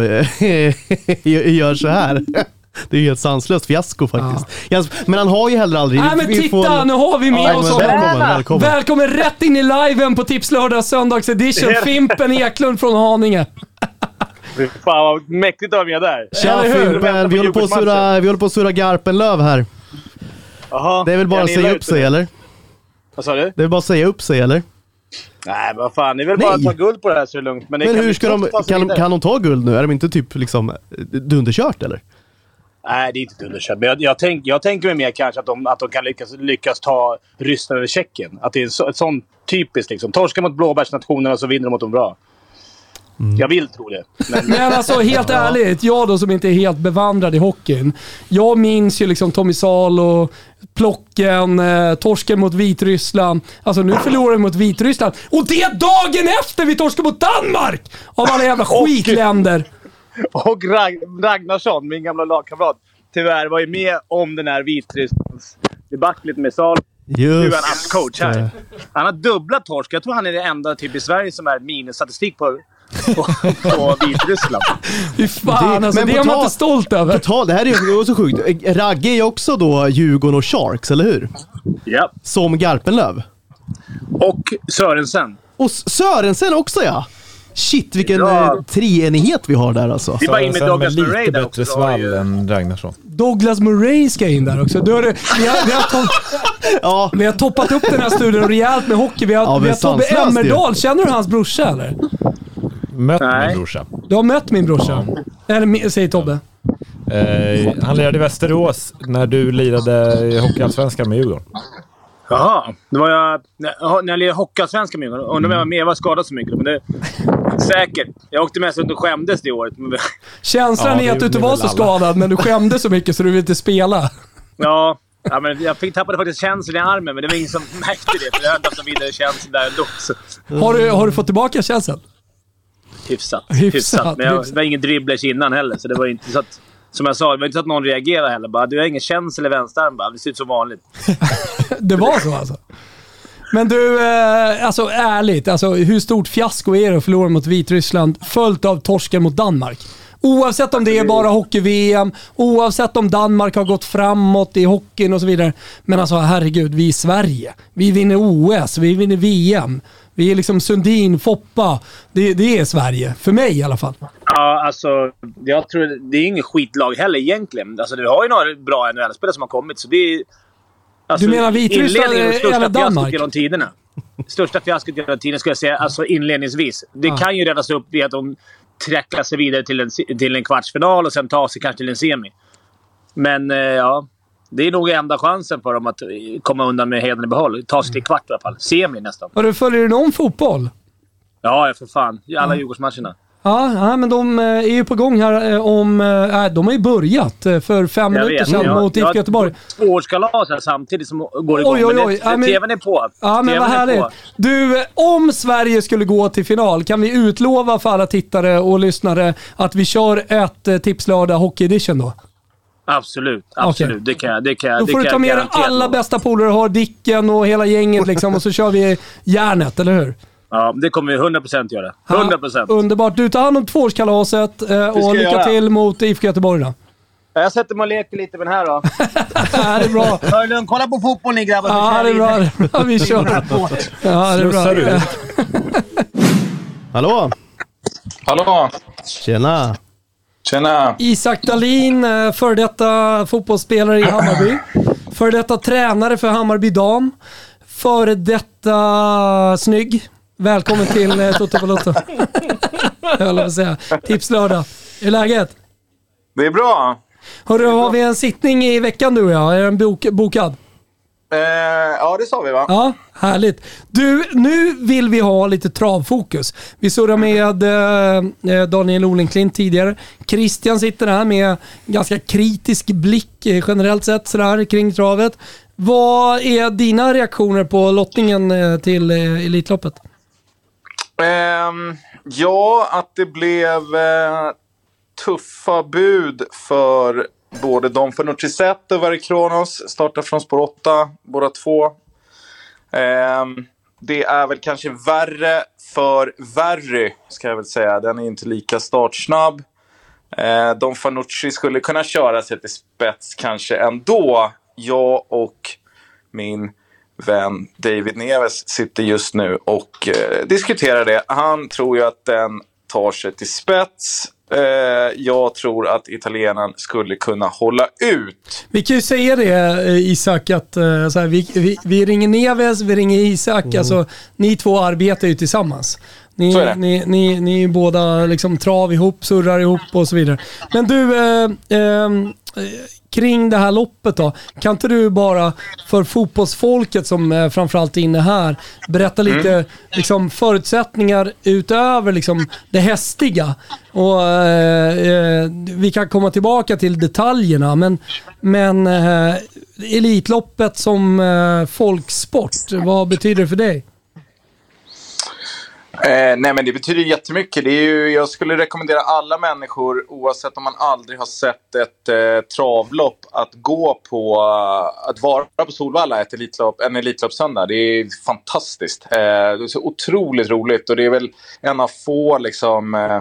gör så här. Det är ju ett sanslöst fiasko faktiskt. Ja. Men han har ju heller aldrig... Nej men titta, får... nu har vi med ja, oss välkommen, välkommen. välkommen rätt in i liven på Tipslördag söndags edition. Fimpen Eklund från Haninge. Fan vad mäktigt av med där. Tja Fimpen, vi håller på att surra, vi håller på att surra Garpenlöv här. Aha, det är väl bara att säga upp sig det. Eller? Vad sa du? Det är väl bara att säga upp sig eller? Nej, vad fan, ni vill bara ta guld på det här så är det lugnt. Men, det men kan hur ska de, kan, kan de ta guld nu? Är de inte typ liksom dunderkört eller? Nej, det är inte ett underkött. Men jag, jag, tänk, jag tänker mig mer kanske att de, att de kan lyckas, lyckas ta Ryssland över Tjeckien. Att det är så, ett sånt typiskt liksom. Torska mot blåbärsnationerna så vinner de mot de bra. Mm. Jag vill tro det. Men, men alltså helt ärligt, jag då som inte är helt bevandrad i hockeyn. Jag minns ju liksom Tommy Salo, Plocken, eh, torsken mot Vitryssland. Alltså nu förlorar vi mot Vitryssland. Och det är dagen efter vi torskar mot Danmark! Av alla jävla skitländer. Och Rag- Ragnarsson, min gamla lagkamrat, tyvärr var ju med om den här Vitrysslands debaclet med Salo. Nu är han coach här. Han har dubbla torsk. Jag tror han är det enda typ i Sverige som är minusstatistik på på, på Vitryssland. Fy fan, det, alltså, det är man inte stolt över. Total, det här är ju så sjukt. Ragge är ju också då Djurgården och Sharks, eller hur? Ja. Som Garpenlöv. Och Sörensen. Och Sörensen också, ja. Shit, vilken ja. treenighet vi har där alltså. Det var in med Douglas lite Murray där bättre svall än Ragnarsson. Douglas Murray ska in där också. Då är det, vi, har, vi, har topp, ja. vi har toppat upp den här studien rejält med hockey. Vi har, ja, vi har Tobbe Emmerdal. Känner du hans brorsa eller? Mött Nej. min brorsa. Du har mött min brorsa? Ja. Eller säger Tobbe? Eh, han lirade i Västerås när du lirade i Hockeyallsvenskan med Djurgården. Jaha, det var jag när jag lirade Hockeyallsvenskan med Djurgården. Undrar om jag var med, jag var skadad så mycket. Men det säkert. Jag åkte mest runt och skämdes det året. Känslan ja, är att du inte var så skadad, men du skämdes så mycket så du vill inte spela. Ja, ja men jag fick tappade faktiskt känslan i armen, men det var ingen som märkte det. För jag hade inte haft någon vidare känsla där ändå. Mm. Har, du, har du fått tillbaka känslan? Hyfsat. Hyfsat. Hyfsat. Men jag hyfsat. var ingen dribblers innan heller, så det var inte så att... Som jag sa, det var inte så att någon reagerade heller. Bara, du har ingen känsla i vänsterarm, bara. Det ser ut som vanligt. Det var så alltså? Men du, eh, alltså ärligt, alltså, hur stort fiasko är det att förlora mot Vitryssland följt av torsken mot Danmark? Oavsett om det är bara hockey-V M, oavsett om Danmark har gått framåt i hockeyn och så vidare. Men alltså herregud, vi är Sverige. Vi vinner O S, vi vinner V M. Vi är liksom Sundin, Foppa. Det, det är Sverige, för mig i alla fall. Ja, alltså, jag tror det är ingen skitlag heller egentligen. Alltså, du har ju några bra N H L-spelare som har kommit, så det är... Alltså, du menar Vitryssland eller Danmark? Genom tiderna. Största fiaskot genom tiderna skulle jag säga, alltså inledningsvis. Det ah. kan ju redas upp i att de träckar sig vidare till en, till en kvartsfinal och sen tar sig kanske till en semi. Men eh, ja, det är nog enda chansen för dem att komma undan med heden i behåll. Ta sig till kvart i alla fall. Semi nästan. Och du följer du någon fotboll? Ja, för fan. I alla ja. Djurgårdsmatcherna. Ja, ja, men de är ju på gång här om... Äh, de har ju börjat för fem jag minuter vet, sedan mot I F K Göteborg. Tvåårskalas här samtidigt som går igång. Oj, oj, oj. Men, ja, men, T V:n är på. Ja, men vad härligt. Du, om Sverige skulle gå till final, kan vi utlova för alla tittare och lyssnare att vi kör ett tipslördag Hockey Edition då? Absolut, absolut. Okay. Det kan jag, det kan jag. Då får du ta med dig alla bästa polare, har Dicken och hela gänget liksom, och så kör vi järnet, eller hur? Ja, det kommer vi hundra procent göra. hundra procent. Ja, underbart. Du tar hand om tvåårskalaset eh, och lycka göra. till mot I F K Göteborg då. Jag sätter mig och leker lite med den här då. Ja, det är bra. Hörlund, kolla på fotboll ni grabbar. Ja, det är bra. Det är bra. Vi kör. Ja, det är bra. Du. Hallå? Hallå? Tjena. Tjena. Isak Dahlin, för detta fotbollsspelare i Hammarby. För detta tränare för Hammarby dam. För detta snygg. Välkommen till eh, Toto Balotto. Jag vill säga. Tipslördag. Hur är läget? Det är bra. Hörru, har vi en sittning i veckan du och jag? Är den bok- bokad? Eh, ja, det sa vi va? Ja, härligt. Du, nu vill vi ha lite travfokus. Vi surrar med eh, Daniel Olenklint tidigare. Christian sitter här med ganska kritisk blick eh, generellt sett sådär, kring travet. Vad är dina reaktioner på lottningen eh, till eh, Elitloppet? Eh, ja, att det blev eh, tuffa bud för både Don Fanucci och Verre Kronos. Startar från spår åtta, båda två. Eh, det är väl kanske värre för Verre, ska jag väl säga. Den är inte lika startsnabb. Eh, Don Fanucci skulle kunna köra sig till spets kanske ändå. Jag och min vän David Neves sitter just nu och eh, diskuterar det. Han tror ju att den tar sig till spets. Eh, jag tror att italienaren skulle kunna hålla ut. Vi kan ju säga det, Isak, att uh, så här, vi, vi, vi ringer Neves, vi ringer Isak. Mm. Alltså, ni två arbetar ju tillsammans. Ni, Så är det. ni, ni, ni är ju båda liksom trav ihop, surrar ihop och så vidare. Men du, eh, eh, kring det här loppet då, kan inte du bara för fotbollsfolket som eh, framförallt är inne här berätta lite mm. liksom, förutsättningar utöver liksom, det hästiga? Och, eh, eh, vi kan komma tillbaka till detaljerna, men, men eh, Elitloppet som eh, folksport, vad betyder det för dig? Eh, nej men det betyder jättemycket. Det är ju, jag skulle rekommendera alla människor, oavsett om man aldrig har sett ett eh, travlopp, att gå på, uh, att vara på Solvalla ett elitlopp, en elitloppssöndag. Det är fantastiskt. Eh, det är så otroligt roligt, och det är väl en av få liksom eh,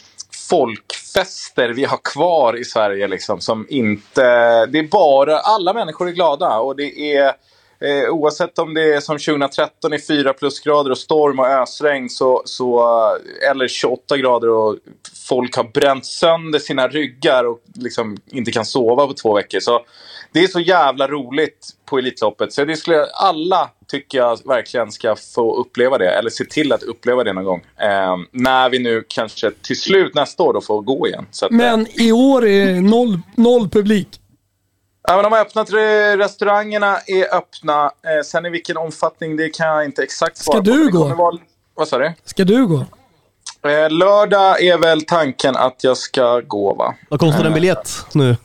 folkfester vi har kvar i Sverige liksom, som inte, det är bara, alla människor är glada, och det är Eh, oavsett om det är som tjugohundratretton i fyra plusgrader och storm och ösregn så, så, eller tjugoåtta grader och folk har bränt sönder sina ryggar och liksom inte kan sova på två veckor. Så det är så jävla roligt på Elitloppet. Så det skulle alla, tycker jag, verkligen ska få uppleva det. Eller se till att uppleva det någon gång. Eh, när vi nu kanske till slut nästa år då får gå igen. Så att, Men i år är noll, noll publik. Ja, men de har öppnat, restaurangerna är öppna. Eh, sen i vilken omfattning, det kan jag inte exakt svara på. Ska du gå? Vara... Vad sa du? Ska du gå? Eh, lördag är väl tanken att jag ska gå, va? Vad kostar en eh, biljett nu?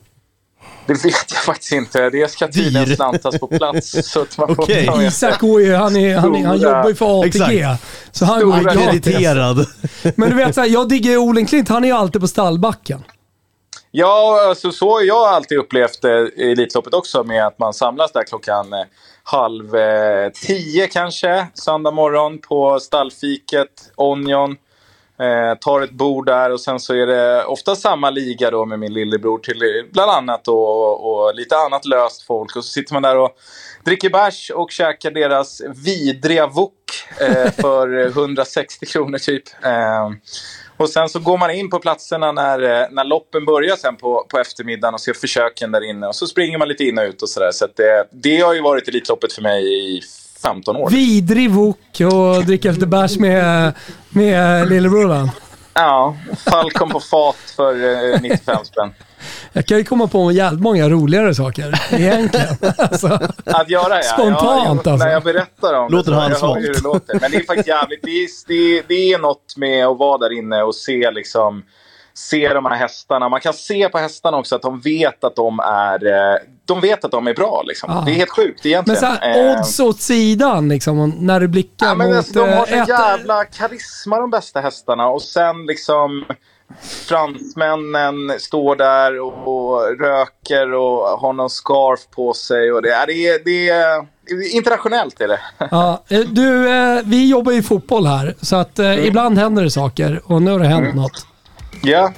Det vet jag faktiskt inte. Det ska tydligen Dyr. slantas på plats. Så att man Okej. får Isak går ju, han, är, han, är, han jobbar ju för A T G. Exakt. Så han Stora går ju Irriterad. Men du vet, så här, jag digger Olenklint, han är ju alltid på stallbacken. Ja, alltså, så har jag alltid upplevt eh, Elitloppet också, med att man samlas där klockan eh, halv eh, tio kanske, söndag morgon på stallfiket, Onion. Eh, tar ett bord där, och sen så är det ofta samma liga då med min lillebror till bland annat och, och lite annat löst folk. Och så sitter man där och dricker bärs och käkar deras vidriga wok eh, för hundrasextio kronor typ. Eh, Och sen så går man in på platserna när, när loppen börjar sen på, på eftermiddagen och ser försöken där inne. Och så springer man lite in och ut och sådär. Så att det, det har ju varit Elitloppet för mig i femton år. Vidrig wok och dricka lite bärs med, med lillebrorn. Ja, Falcon på fat för eh, nittiofem spänn. Jag kan ju komma på jävligt många roligare saker egentligen. Alltså, att göra, ja. Spontant ja, alltså. När jag berättar om låter det, så, han jag hör svagt. hur det låter. Men det är faktiskt jävligt, det är, det, det är något med att vara där inne och se liksom, se de här hästarna. Man kan se på hästarna också att de vet att de är, de vet att de är bra liksom. Ah. Det är helt sjukt egentligen. Men så här, odds åt sidan liksom, när du blickar ja, men mot alltså, de har så ett... jävla karisma, de bästa hästarna. Och sen liksom fransmännen står där och, och röker och har någon scarf på sig. Och det, är, det, är, det är internationellt är det. Ja, du, vi jobbar ju fotboll här, så att mm. ibland händer det saker, och nu har det hänt mm. något. Ja.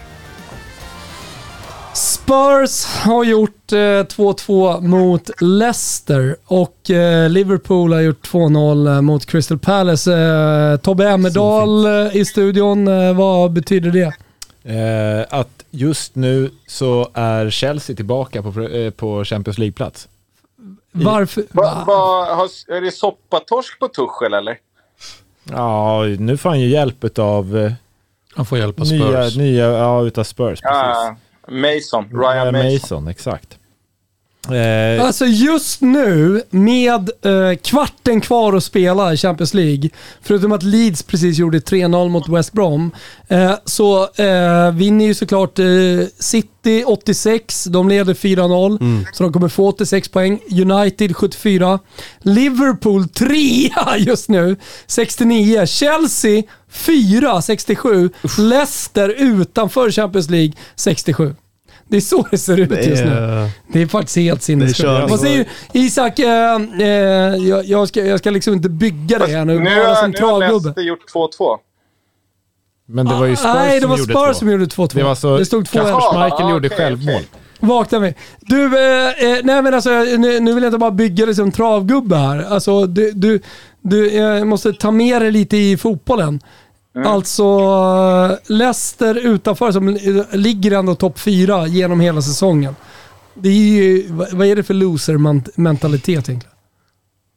Spurs har gjort eh, två två mot Leicester, och eh, Liverpool har gjort två noll mot Crystal Palace. Eh, Tobbe Emmerdal eh, i studion, eh, vad betyder det? Eh, att just nu så är Chelsea tillbaka på, eh, på Champions League-plats. Varför? Va, va, har, är det soppatorsk på Tuchel eller? Ja, nu får han ju hjälp av eh, han får hjälp av nya, Spurs. nya, ja, utav Spurs, precis. Ja, Mason, Ryan Mason. Mason, exakt. Eh, Alltså just nu med eh, kvarten kvar att spela i Champions League, förutom att Leeds precis gjorde tre noll mot West Brom, eh, så eh, vinner ju såklart eh, City åttiosex, de leder fyra noll, mm. så de kommer få åttiosex poäng. United sjuttiofyra, Liverpool tre just nu sextionio, Chelsea fyra sextiosju, Leicester utanför Champions League sextiosju. Det är så det ser ut det är, just nu. Det är faktiskt helt sinnessjukt. Vad säger Isak? Eh, eh, jag, jag, ska, jag ska liksom inte bygga det här nu. Nu har Leicester gjort två två. Men det var ju Spurs ah, nej, det var som Spurs gjorde som gjorde två två. Det var så det stod två Kasper Schmeichel ah, gjorde okay, självmål. Okay. Vakna mig. Du, eh, eh, nej men alltså, nu, nu vill jag inte bara bygga det som travgubbe här. Alltså, du, du, du jag måste ta med dig lite i fotbollen. Mm. Alltså Leicester utanför som ligger ändå topp fyra genom hela säsongen. Det är ju, vad är det för loser-mentalitet egentligen?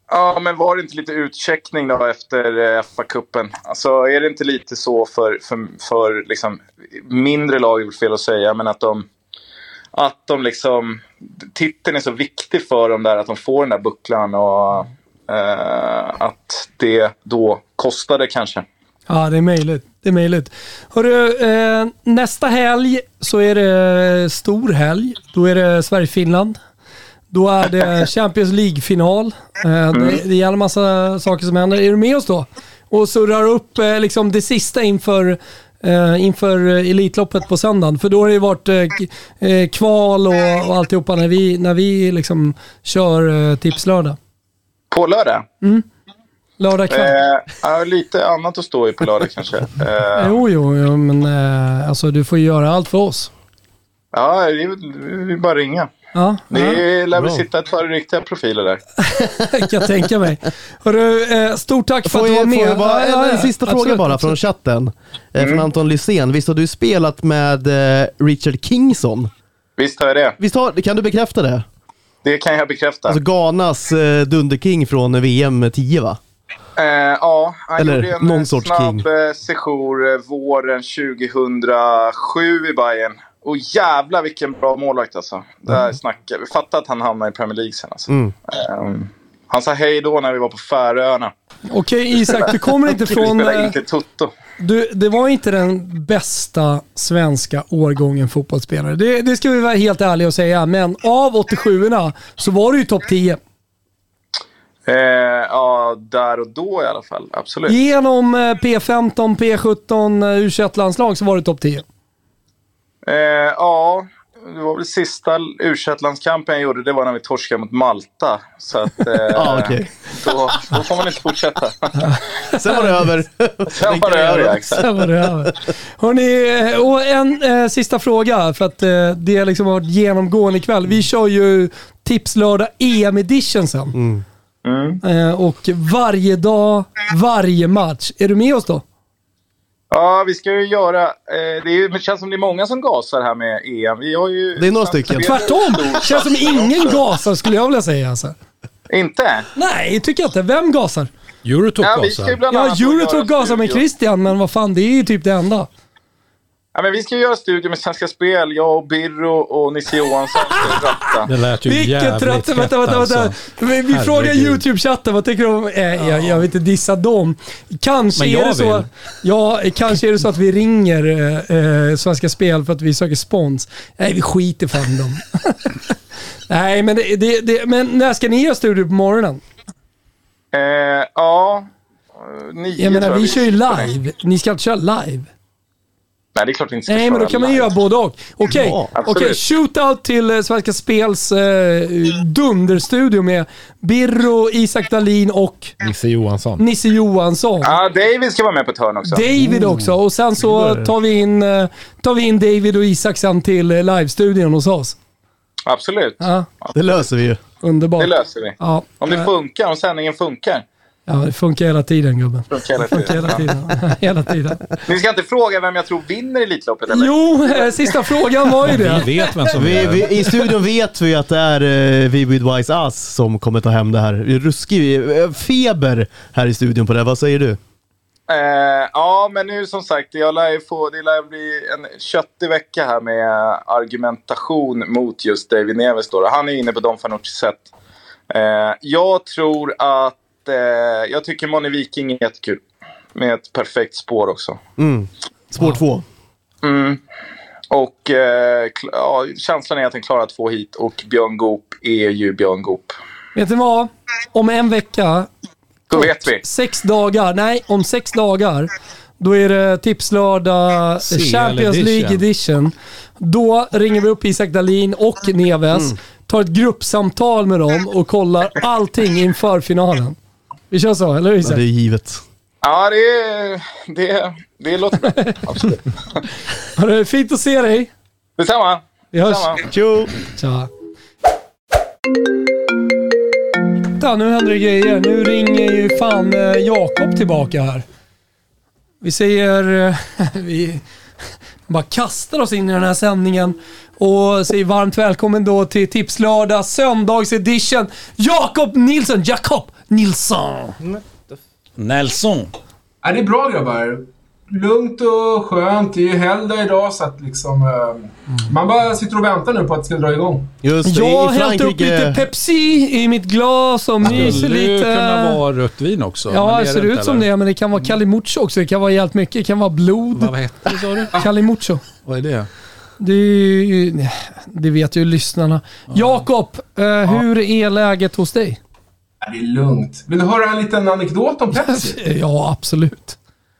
Ja, men var det inte lite utcheckning då efter F A-cupen? Alltså är det inte lite så för, för, för liksom mindre lag, är fel att säga, men att de att de liksom, titeln är så viktig för dem där, att de får den där bucklan och eh, att det då kostade kanske. Ja, det är möjligt. Det är möjligt. Hörru, eh, nästa helg så är det stor helg. Då är det Sverige-Finland. Då är det Champions League-final. Eh, mm. det, det är en massa saker som händer. Är du med oss då? Och surrar upp eh, liksom det sista inför, eh, inför Elitloppet på söndagen. För då har det ju varit eh, kval och, och alltihopa när vi, när vi liksom kör eh, tipslördag. På lördag? Mm. Lördag kväll. Eh, ja, lite annat att stå i på lördag kanske. Eh. Jo, jo, jo, men eh, alltså, du får ju göra allt för oss. Ja, vi vill bara ringa. Ja, Ni ja. lär väl sitta ett par riktiga profiler där. Kan jag tänka mig. Hörru, eh, stort tack för får att du var jag, med. Får jag bara, ja, ja, ja. en sista Absolut, fråga bara absolut. från chatten. Eh, Mm. Från Anton Lysén. Visst har du spelat med eh, Richard Kingson? Visst har jag det. Visst har, kan du bekräfta det? Det kan jag bekräfta. Alltså Ghanas eh, dunderking från V M tio, va? Eh, ja, han Eller gjorde en någon sorts snabb king. eh, sejour eh, våren tjugohundrasju i Bayern. Och jävla vilken bra målvakt alltså. Där Mm. snackar vi. Fattar att han hamnar i Premier League sen alltså. Mm. Um, han sa hej då när vi var på Färöarna. Okej, Isak, du kommer inte Vi från... spelade eh, inte Toto. Du, det var inte den bästa svenska årgången fotbollsspelare. Det, det ska vi vara helt ärliga och säga. Men av åttiosjuorna så var du ju topp tio. Eh, ja, där och då i alla fall. Absolut. Genom eh, P femton, P sjutton, eh, U tjugoett-landslag så var du topp tio. Eh, ja, det var väl sista U tjugoett-landskampen jag gjorde. Det var när vi torskade mot Malta. Så att, eh, ah, okay. då, då får man inte fortsätta. Sen var det över. Sen var det över, ja, exakt. Sen var det över. Hörrni, och en eh, sista fråga, för att eh, det har liksom varit genomgående ikväll. Vi kör ju tipslördag E M-edition sen. Mm. Mm. Eh, och varje dag, varje match. Är du med oss då? Ja, vi ska ju göra... Eh, det, är ju, det känns som det är många som gasar här med E M. Vi har ju... Det är några stycken. Tvärtom! Det känns som ingen gasar, skulle jag vilja säga. Alltså. Inte? Nej, tycker jag inte. Vem gasar? Eurotalk ja, vi ska ju bland Ja, annat Eurotalk göra gasar med studio. Christian, men vad fan, det är ju typ det enda. Ja, men vi ska ju göra studier med Svenska Spel. Jag och Birro och Nisse Johansson ska ratta. Det lät ju Vilket jävligt trött, hett vänta, vänta, vänta. alltså. Vi, vi frågar Herregud. YouTube-chatten, vad tycker du om... Eh, jag, jag vill inte dissa dem. Kanske Men jag är det så... vill. Ja, kanske är det så att vi ringer eh, eh, Svenska Spel för att vi söker spons. Nej, vi skiter fan i dem. Nej, men, det, det, det, men när ska ni göra studier på morgonen? Eh, ja, nio Jag menar, tror vi kör ju ska- live. Ni ska inte köra live. Nej, det är klart vi inte ska Nej, men då köra kan man ju live. göra både och. Okej, Ja, okej. absolut. Shootout till eh, Svenska Spels eh, dunderstudio med Birro, Isak Dahlin och Nisse Johansson. Nisse Johansson. Ja, David ska vara med på ett hörn också. David också. Och sen så tar vi in, eh, tar vi in David och Isak sen till eh, livestudion hos oss. Absolut. Ja, Det löser vi ju. underbart. Det löser vi. Ja, Om det eh, funkar, om sändningen funkar. ja, det funkar hela tiden, gubben. Funkar hela Funkar tiden. hela tiden. hela tiden. Ni ska inte fråga vem jag tror vinner Elitloppet, eller? Jo, eh, sista frågan var ju det. Vi vet vem som Vi, är. vi, I studion vet vi att det är uh, Vi with Wise Us som kommer ta hem det här. Ruskig eh, feber här i studion på det. Vad säger du? Eh, ja, men nu som sagt, jag lär ju få, det lär bli en köttig vecka här med argumentation mot just David Neves då. Han är inne på Don Fanuccis sätt. Eh, jag tror att eh, jag tycker Moni Viking är jättekul. Med ett perfekt spår också. Mm. Spår två. Mm. Och eh, kl- ja, känslan är att han klarar två hit. Och Björn Goop är ju Björn Goop. Vet ni vad? Om en vecka, Då vet vi. sex dagar, nej, om sex dagar, då är det tipslördag C L Champions League edition. edition. Då ringer vi upp Isak Dahlin och Neves, tar ett gruppsamtal med dem och kollar allting inför finalen. Vi kör så, eller hur Ja, Isak? det är givet. Ja, det, det, det låter bra. Absolut. Har det fint att se dig. Detsamma. Vi hörs. Detsamma. Tjo! Tja. Titta, nu händer det grejer. Nu ringer ju fan eh, Jakob tillbaka här. Vi säger... eh, vi bara kastar oss in i den här sändningen och säger varmt välkommen då till Tipslördag söndagsedition. Jakob Nilsson, Jakob Nilsson. Nelson. Ja, det är bra grabbar. Lugnt och skönt. Det är ju helgdag idag så att liksom... Eh, mm. Man bara sitter och väntar nu på att det ska dra igång. Just det, jag har hällt upp lite Pepsi i mitt glas och myser lite. Det skulle kunna vara rött vin också. Ja, det ser ut som det, men det kan vara Kalimucho också. Det kan vara helt mycket. Det kan vara blod. Vad heter det, sa du? Kalimucho. Vad är det? Det, det vet ju lyssnarna. Ja. Jakob, eh, hur är läget hos dig? Ja, det är lugnt. Vill du höra en liten anekdot om Pepsi? Ja, absolut.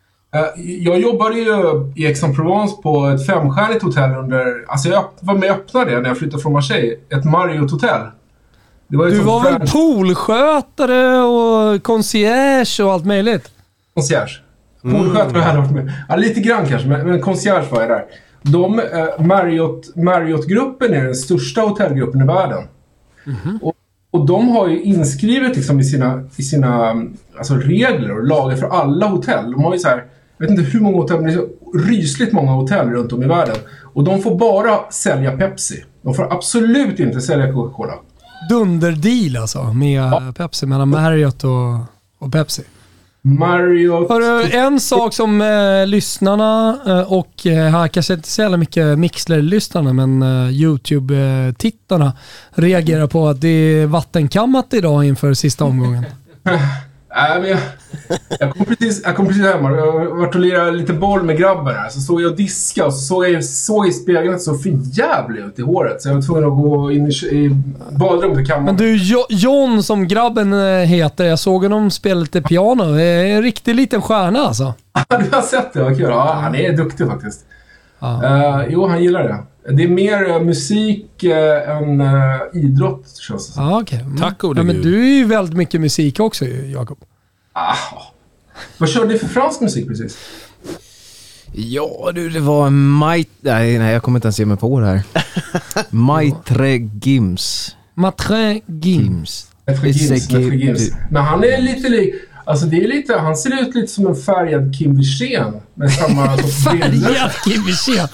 Jag jobbade ju i Aix-en-Provence på ett femstjärnigt hotell under... Alltså jag var med och öppnade det när jag flyttade från Marseille. Ett Marriott-hotell. Det var du var väl färd... poolskötare och concierge och allt möjligt? Concierge. Poolskötare mm. hade varit med. Ja, lite grann kanske, men, men concierge var jag där. De, eh, Marriott, Marriott-gruppen är den största hotellgruppen i världen. Mm-hmm. Och, och de har ju inskrivet liksom i sina, i sina alltså regler och lagar för alla hotell. De har ju så här... Jag vet inte hur många hotell, men det är så rysligt många hotell runt om i världen. Och de får bara sälja Pepsi. De får absolut inte sälja Coca-Cola. Dunderdeal alltså, med ja. Pepsi, mellan Marriott och, och Pepsi. Marriott... Hörru, en sak som eh, lyssnarna eh, och eh, här kanske inte så jävla mycket Mixler-lyssnarna, men eh, YouTube-tittarna reagerar på att det är vattenkammat idag inför sista omgången. Nej, men jag, jag, kom precis, jag kom precis hemma. Jag har varit och lirat lite boll med grabben här. Så såg jag och diska och så såg jag såg i spegeln så för jävligt ut i håret. Så jag var tvungen att gå in i, i badrummet och kammaren. Men du, jo, John som grabben heter, jag såg honom spela lite piano. Det är en riktig liten stjärna alltså. Du har sett det, vad kul. Ja, han är duktig faktiskt. Uh, jo, han gillar det. Det är mer uh, musik uh, än uh, idrott, känns det som. Ah, okay. mm. Tack och ja, men du är ju väldigt mycket musik också, Jakob. Ah. Vad körde ni för fransk musik precis? Ja, du, det var Mait... Nej, nej, jag kommer inte ens ge mig på det här. Maitre Gims. Maitre Gims. Maitre Gims. Maitre Gims. Men han är lite lik... Alltså det är lite... Han ser ut lite som en färgad Kim Wirsén. Med samma... färgad Kim Wirsén.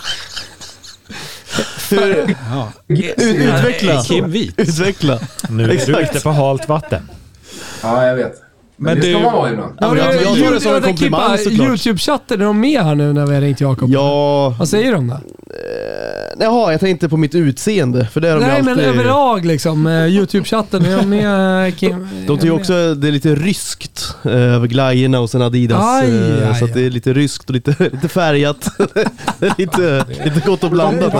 Ja. Utveckla. Kim Vit. Utveckla. Nu är du ute på halt vatten. Ja, jag vet. Men, men det ska du... man vara ibland. Ja, jag, jag, jag tar det som en komplimang såklart. YouTube-chatten, är de med här nu när vi har ringt Jakob? Ja. Vad säger de då? Jaha, jag tänkte på mitt utseende. För det är de Nej, alltid... men överlag liksom. YouTube-chatten, är de med? Kim... De tycker också det är lite ryskt över glajjorna och sen Adidas. Aj, aj, så att det är lite ryskt och lite, lite färgat. Det är lite, lite gott och blandat.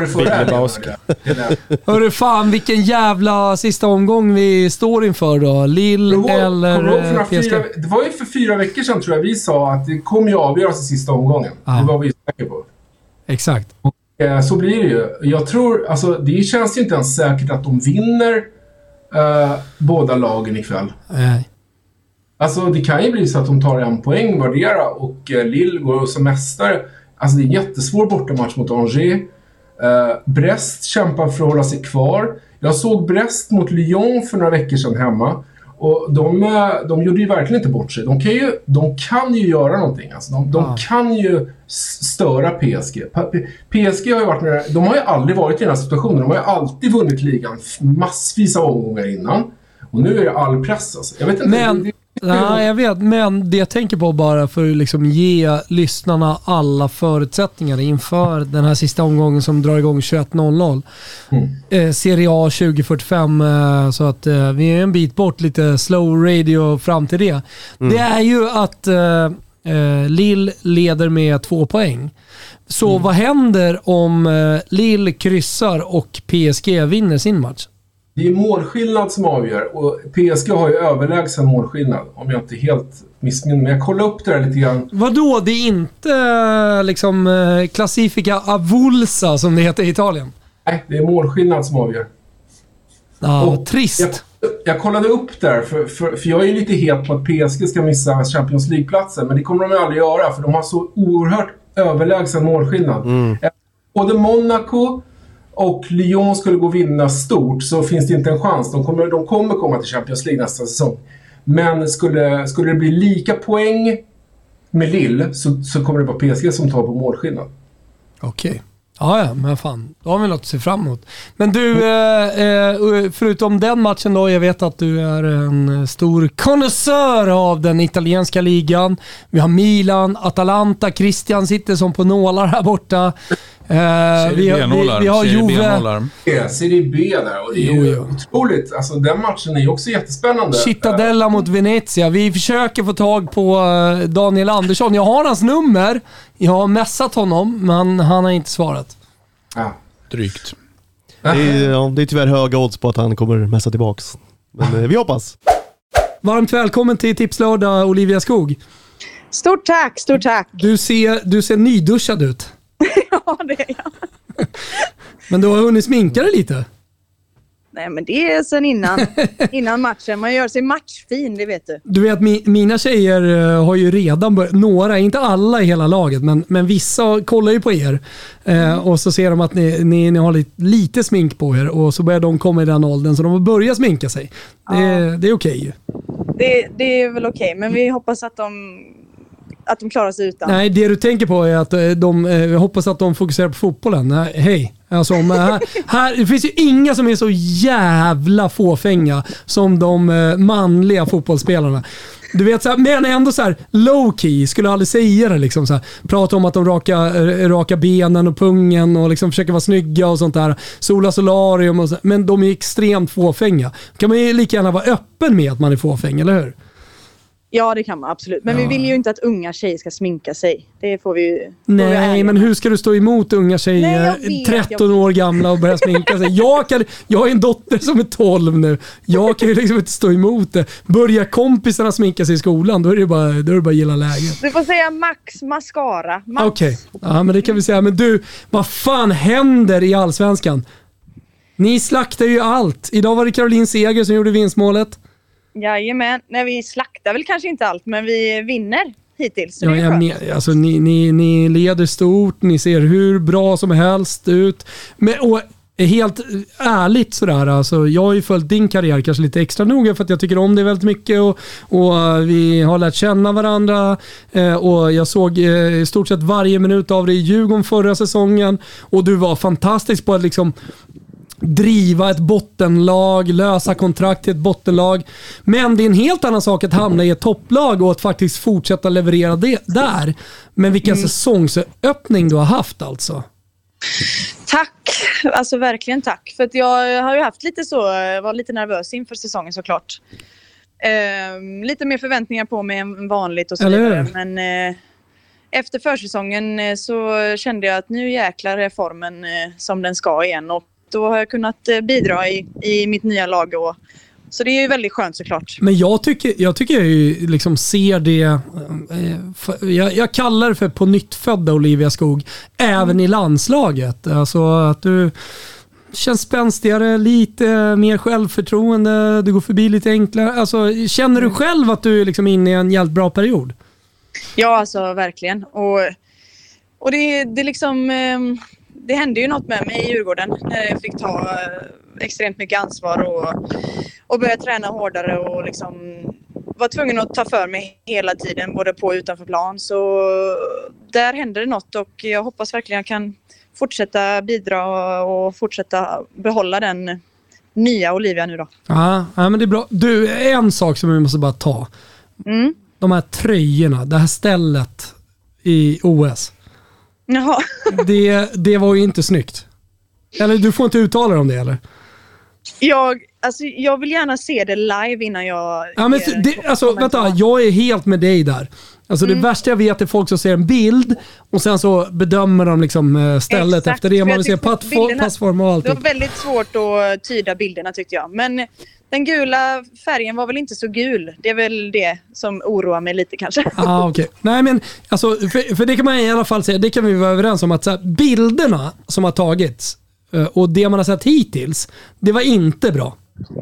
Hörru fan, vilken jävla sista omgång vi står inför då. Lill eller P S G? Det var ju för fyra veckor sedan tror jag vi sa att det kommer ju avgöras i sista omgången. Ah. Det var vi säkra på. Exakt. Och, eh, så blir det ju. Jag tror, alltså det känns ju inte ens säkert att de vinner eh, båda lagen ikväll. Nej. Alltså det kan ju bli så att de tar en poäng vardera och eh, Lille går som mästare. Alltså det är en jättesvår bortamatch mot Angers. Eh, Brest kämpar för att hålla sig kvar. Jag såg Brest mot Lyon för några veckor sedan hemma. Och de, de gjorde ju verkligen inte bort sig. De kan ju, de kan ju göra någonting. Alltså de, de ah. kan ju störa P S G. P S G har ju varit med, de har ju aldrig varit i den här situationen. De har ju alltid vunnit ligan massvis av omgångar innan. Och nu är det all press alltså. Jag vet inte. Men, det, nej, jag vet. Men det jag tänker på bara för att liksom ge lyssnarna alla förutsättningar inför den här sista omgången som drar igång tjugoett noll noll. Mm. Eh, Serie A tjugo fyrtiofem eh, så att eh, vi är en bit bort, lite slow radio fram till det. Mm. Det är ju att eh, eh, Lille leder med två poäng. Så mm. vad händer om eh, Lille kryssar och P S G vinner sin match? Det är målskillnad som avgör och P S G har ju överlägsen målskillnad om jag inte helt missminner. Men jag kollar upp det där lite grann. Vadå? Det är inte liksom Classifica Avulsa som det heter i Italien? Nej, det är målskillnad som avgör. Ja, och trist. Jag, jag kollade upp där för, för, för jag är lite het på att P S G ska missa Champions League-platsen, men det kommer de ju aldrig göra för de har så oerhört överlägsen målskillnad. Mm. Både Monaco och Lyon skulle gå och vinna stort så finns det inte en chans. De kommer, de kommer komma till Champions League nästa säsong. Men skulle, skulle det bli lika poäng med Lille så, så kommer det vara P S G som tar på målskillnad. Okej. Okay. Ja, ja, men fan. Då har vi något att se fram emot. Men du, eh, förutom den matchen då, jag vet att du är en stor konnässör av den italienska ligan. Vi har Milan, Atalanta, Christian sitter som på nålar här borta. Eh, vi, vi, vi har Juve. Serie B där och det är ju otroligt. Alltså den matchen är ju också jättespännande. Cittadella mot Venezia. Vi försöker få tag på Daniel Andersson. Jag har hans nummer. Jag har messat honom, men han har inte svarat. Ja. Drygt. Det är, ja, det är tyvärr höga odds på att han kommer messa tillbaks. Men eh, vi hoppas. Varmt välkommen till Tipslördag, Olivia Skog. Stort tack, stort tack. Du ser, du ser nyduschad ut. Ja, det är jag. Men du har hunnit sminka dig lite. Nej, men det är sen innan, innan matchen. Man gör sig matchfin, det vet du. Du vet, mi, mina tjejer uh, har ju redan börjat, några, inte alla i hela laget, men, men vissa kollar ju på er. Uh, och så ser de att ni, ni, ni har lite, lite smink på er och så börjar de komma i den åldern så de börjar sminka sig. Det, ja. det är okej ju. Det, det är väl okej, men vi hoppas att de... att de klarar sig utan. Nej, det du tänker på är att de jag hoppas att de fokuserar på fotbollen. Nej, hej. Alltså, här, här det finns ju inga som är så jävla fåfänga som de manliga fotbollsspelarna. Du vet så här, men ändå så här low key, skulle aldrig säga det liksom så här, prata om att de raka raka benen och pungen och liksom försöker vara snygga och sånt där. Sola solarium och så, men de är extremt fåfänga. Kan man ju lika gärna vara öppen med att man är fåfäng, eller hur? Ja, det kan man absolut. Men ja. Vi vill ju inte att unga tjejer ska sminka sig. Det får vi ju... Nej, vi men hur ska du stå emot unga tjejer Nej, tretton år gamla och börja sminka sig? Jag, kan, jag har en dotter som är tolv nu. Jag kan ju liksom inte stå emot det. Börjar kompisarna sminka sig i skolan, då är det bara, då är det bara gilla läget. Du får säga max mascara. Okej, okay. Ja, men det kan vi säga. Men du, vad fan händer i Allsvenskan? Ni slaktar ju allt. Idag var det Caroline Seger som gjorde vinstmålet. Jajamän, nej, vi slaktar väl kanske inte allt, men vi vinner hittills. Så ja, det är jag men, alltså, ni, ni, ni leder stort, ni ser hur bra som helst ut. Men, och helt ärligt sådär, alltså, jag har ju följt din karriär kanske lite extra noga för att jag tycker om det väldigt mycket och, och vi har lärt känna varandra eh, och jag såg eh, i stort sett varje minut av det i Djurgården förra säsongen och du var fantastisk på att liksom driva ett bottenlag, lösa kontrakt till ett bottenlag. Men det är en helt annan sak att hamna i ett topplag och att faktiskt fortsätta leverera det där. Men vilken mm. säsongsöppning du har haft alltså. Tack, alltså verkligen tack. För att jag har ju haft lite så, var lite nervös inför säsongen såklart. Eh, lite mer förväntningar på mig än vanligt och så vidare. Men eh, efter försäsongen eh, så kände jag att nu jäklar är formen eh, som den ska igen och då har jag kunnat bidra i, i mitt nya lag. Och, så det är ju väldigt skönt såklart. Men jag tycker jag, tycker jag ju liksom ser det... Eh, för, jag, jag kallar det för på nytt födda Olivia Skog. Även mm. i landslaget. Alltså att du känns spänstigare, lite mer självförtroende. Du går förbi lite enklare. Alltså, känner du själv att du är liksom inne i en jävligt bra period? Ja, alltså verkligen. Och, och det, det liksom... Eh, Det hände ju något med mig i Djurgården när jag fick ta extremt mycket ansvar och, och börja träna hårdare och liksom var tvungen att ta för mig hela tiden, både på och utanför plan. Så där hände det något och jag hoppas verkligen jag kan fortsätta bidra och fortsätta behålla den nya Olivia nu då. Ja, ja men det är bra. Du, en sak som vi måste bara ta. Mm. De här tröjorna, det här stället i O S. Jaha. Det, det var ju inte snyggt. Eller du får inte uttala dig om det, eller? Jag, alltså, jag vill gärna se det live innan jag... Ja, men det, alltså, vänta, jag är helt med dig där. Alltså mm. det värsta jag vet är folk som ser en bild och sen så bedömer de liksom stället. Exakt, efter det. Man vill se pattform, passform och allt. Det var väldigt svårt att tyda bilderna tyckte jag. Men den gula färgen var väl inte så gul. Det är väl det som oroar mig lite kanske. Ah, okej. Okay. Nej, men alltså, för, för det kan man i alla fall säga, det kan vi vara överens om att så här, bilderna som har tagits och det man har sett hittills, det var inte bra.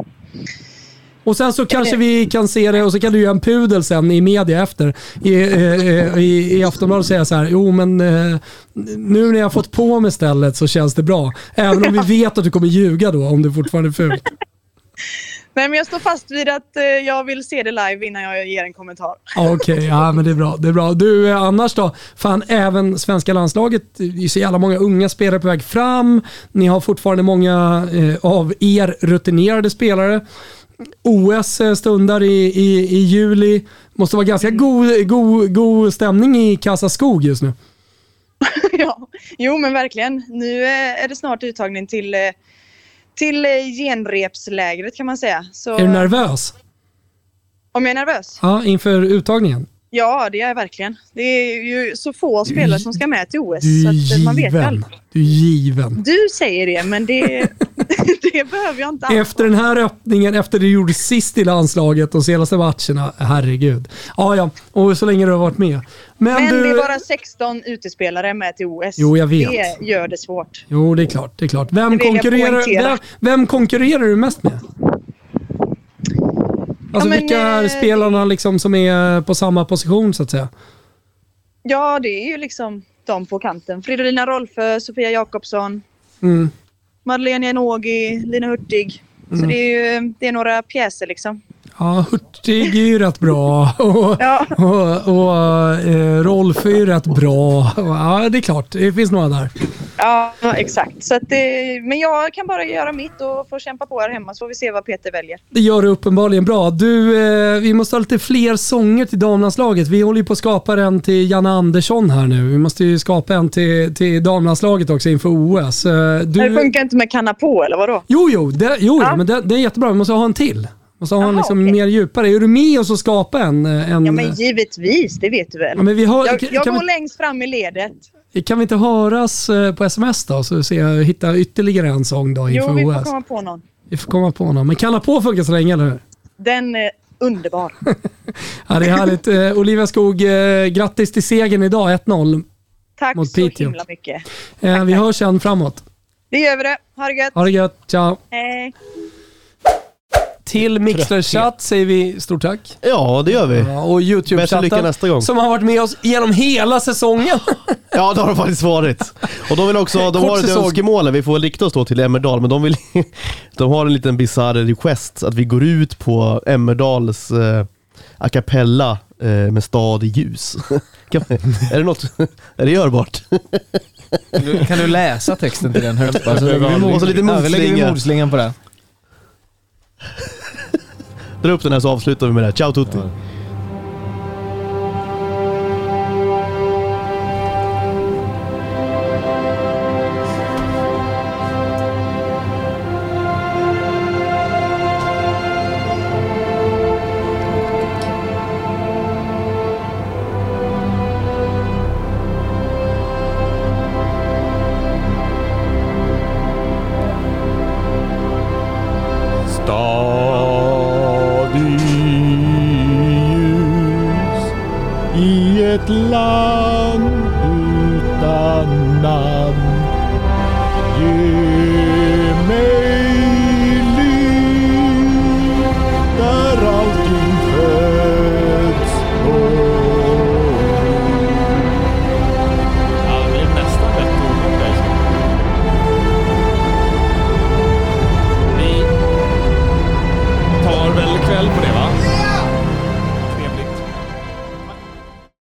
Och sen så kanske vi kan se det och så kan du göra en pudel sen i media efter i, i, i Aftonbladet och säga så här, jo men nu när jag har fått på mig stället så känns det bra. Även om vi vet att du kommer ljuga då om det fortfarande är fult. Nej, men jag står fast vid att eh, jag vill se det live innan jag ger en kommentar. Okej, okay, ja men det är bra. Det är bra. Du, eh, annars då? Fan, även svenska landslaget, vi ser alla många unga spelare på väg fram. Ni har fortfarande många eh, av er rutinerade spelare. O S stundar i, i, i juli. Måste vara ganska god, god, god stämning i Kassa Skog just nu. Ja, jo men verkligen. Nu är det snart uttagning till, till genrepslägret kan man säga. Så... Är du nervös? Om jag är nervös? Ja, inför uttagningen. Ja, det är jag verkligen. Det är ju så få spelare som ska med till O S. Du är så att man vet given. Du är given. Du säger det, men det, det behöver jag inte alls. Efter den här öppningen, efter det du gjorde sist i landslaget och senaste matcherna, herregud. Ja, ja, och så länge du har varit med. Men, men du... det är bara sexton utespelare med till O S. Jo, jag vet. Det gör det svårt. Jo, det är klart. Det är klart. Vem, konkurrerar, vem, vem konkurrerar du mest med? Alltså ja, men, vilka är spelarna liksom som är på samma position så att säga? Ja, det är ju liksom de på kanten. Fridolina Rolfö, Sofia Jakobsson, mm. Madeleine Janogy, Lina Hurtig. Mm. Så det är ju det är några pjäser liksom. Ja, Hurtig är ju rätt bra. Och, ja. och, och eh, Rolf är ju rätt bra. Ja, det är klart. Det finns några där. Ja, exakt. Så att det, men jag kan bara göra mitt och få kämpa på här hemma så får vi se vad Peter väljer. Det gör du uppenbarligen bra. Du, eh, vi måste ha lite fler sånger till damlandslaget. Vi håller ju på att skapa en till Janne Andersson här nu. Vi måste ju skapa en till, till damlandslaget också inför O S. Du... Det funkar inte med kanna på, eller vadå? Jo, jo, det, jo ja. men det, det är jättebra. Vi måste ha en till. Och så har han liksom okay. mer djupare. Är du med och så skapa en, en... Ja, men givetvis. Det vet du väl. Ja, men vi har, jag jag går vi, längst fram i ledet. Kan vi inte höras på sms då? Så ser jag hitta ytterligare en sång då inför O S. Jo, vi får komma på någon. Vi får komma på någon. Men kanna på funkar så länge, eller hur? Den är underbar. Ja, det är härligt. Eh, Olivia Skog, eh, grattis till segern idag. ett noll. Tack mot så Piteå. himla mycket. Eh, tack, vi tack. hörs sen framåt. Det gör vi det. Ha det gött. Ha det gött. Ciao. Hej. Till Mixler-chatt säger vi stort tack. Ja, det gör vi. Ja, och YouTube-chatten som har varit med oss genom hela säsongen. Ja, det har de faktiskt varit. Och de vill också, de har ett önskemål, vi får väl rikta oss då till Emmerdal, men de vill de har en liten bizarr request att vi går ut på Emmerdals eh, a cappella eh, med stad i ljus. Är det något? Är det görbart? Kan du, kan du läsa texten till den högt? Alltså, och så lite mordslinga. mordslingan på det. Dra upp den här så avslutar vi med det. Ciao tutti. Ja. Love.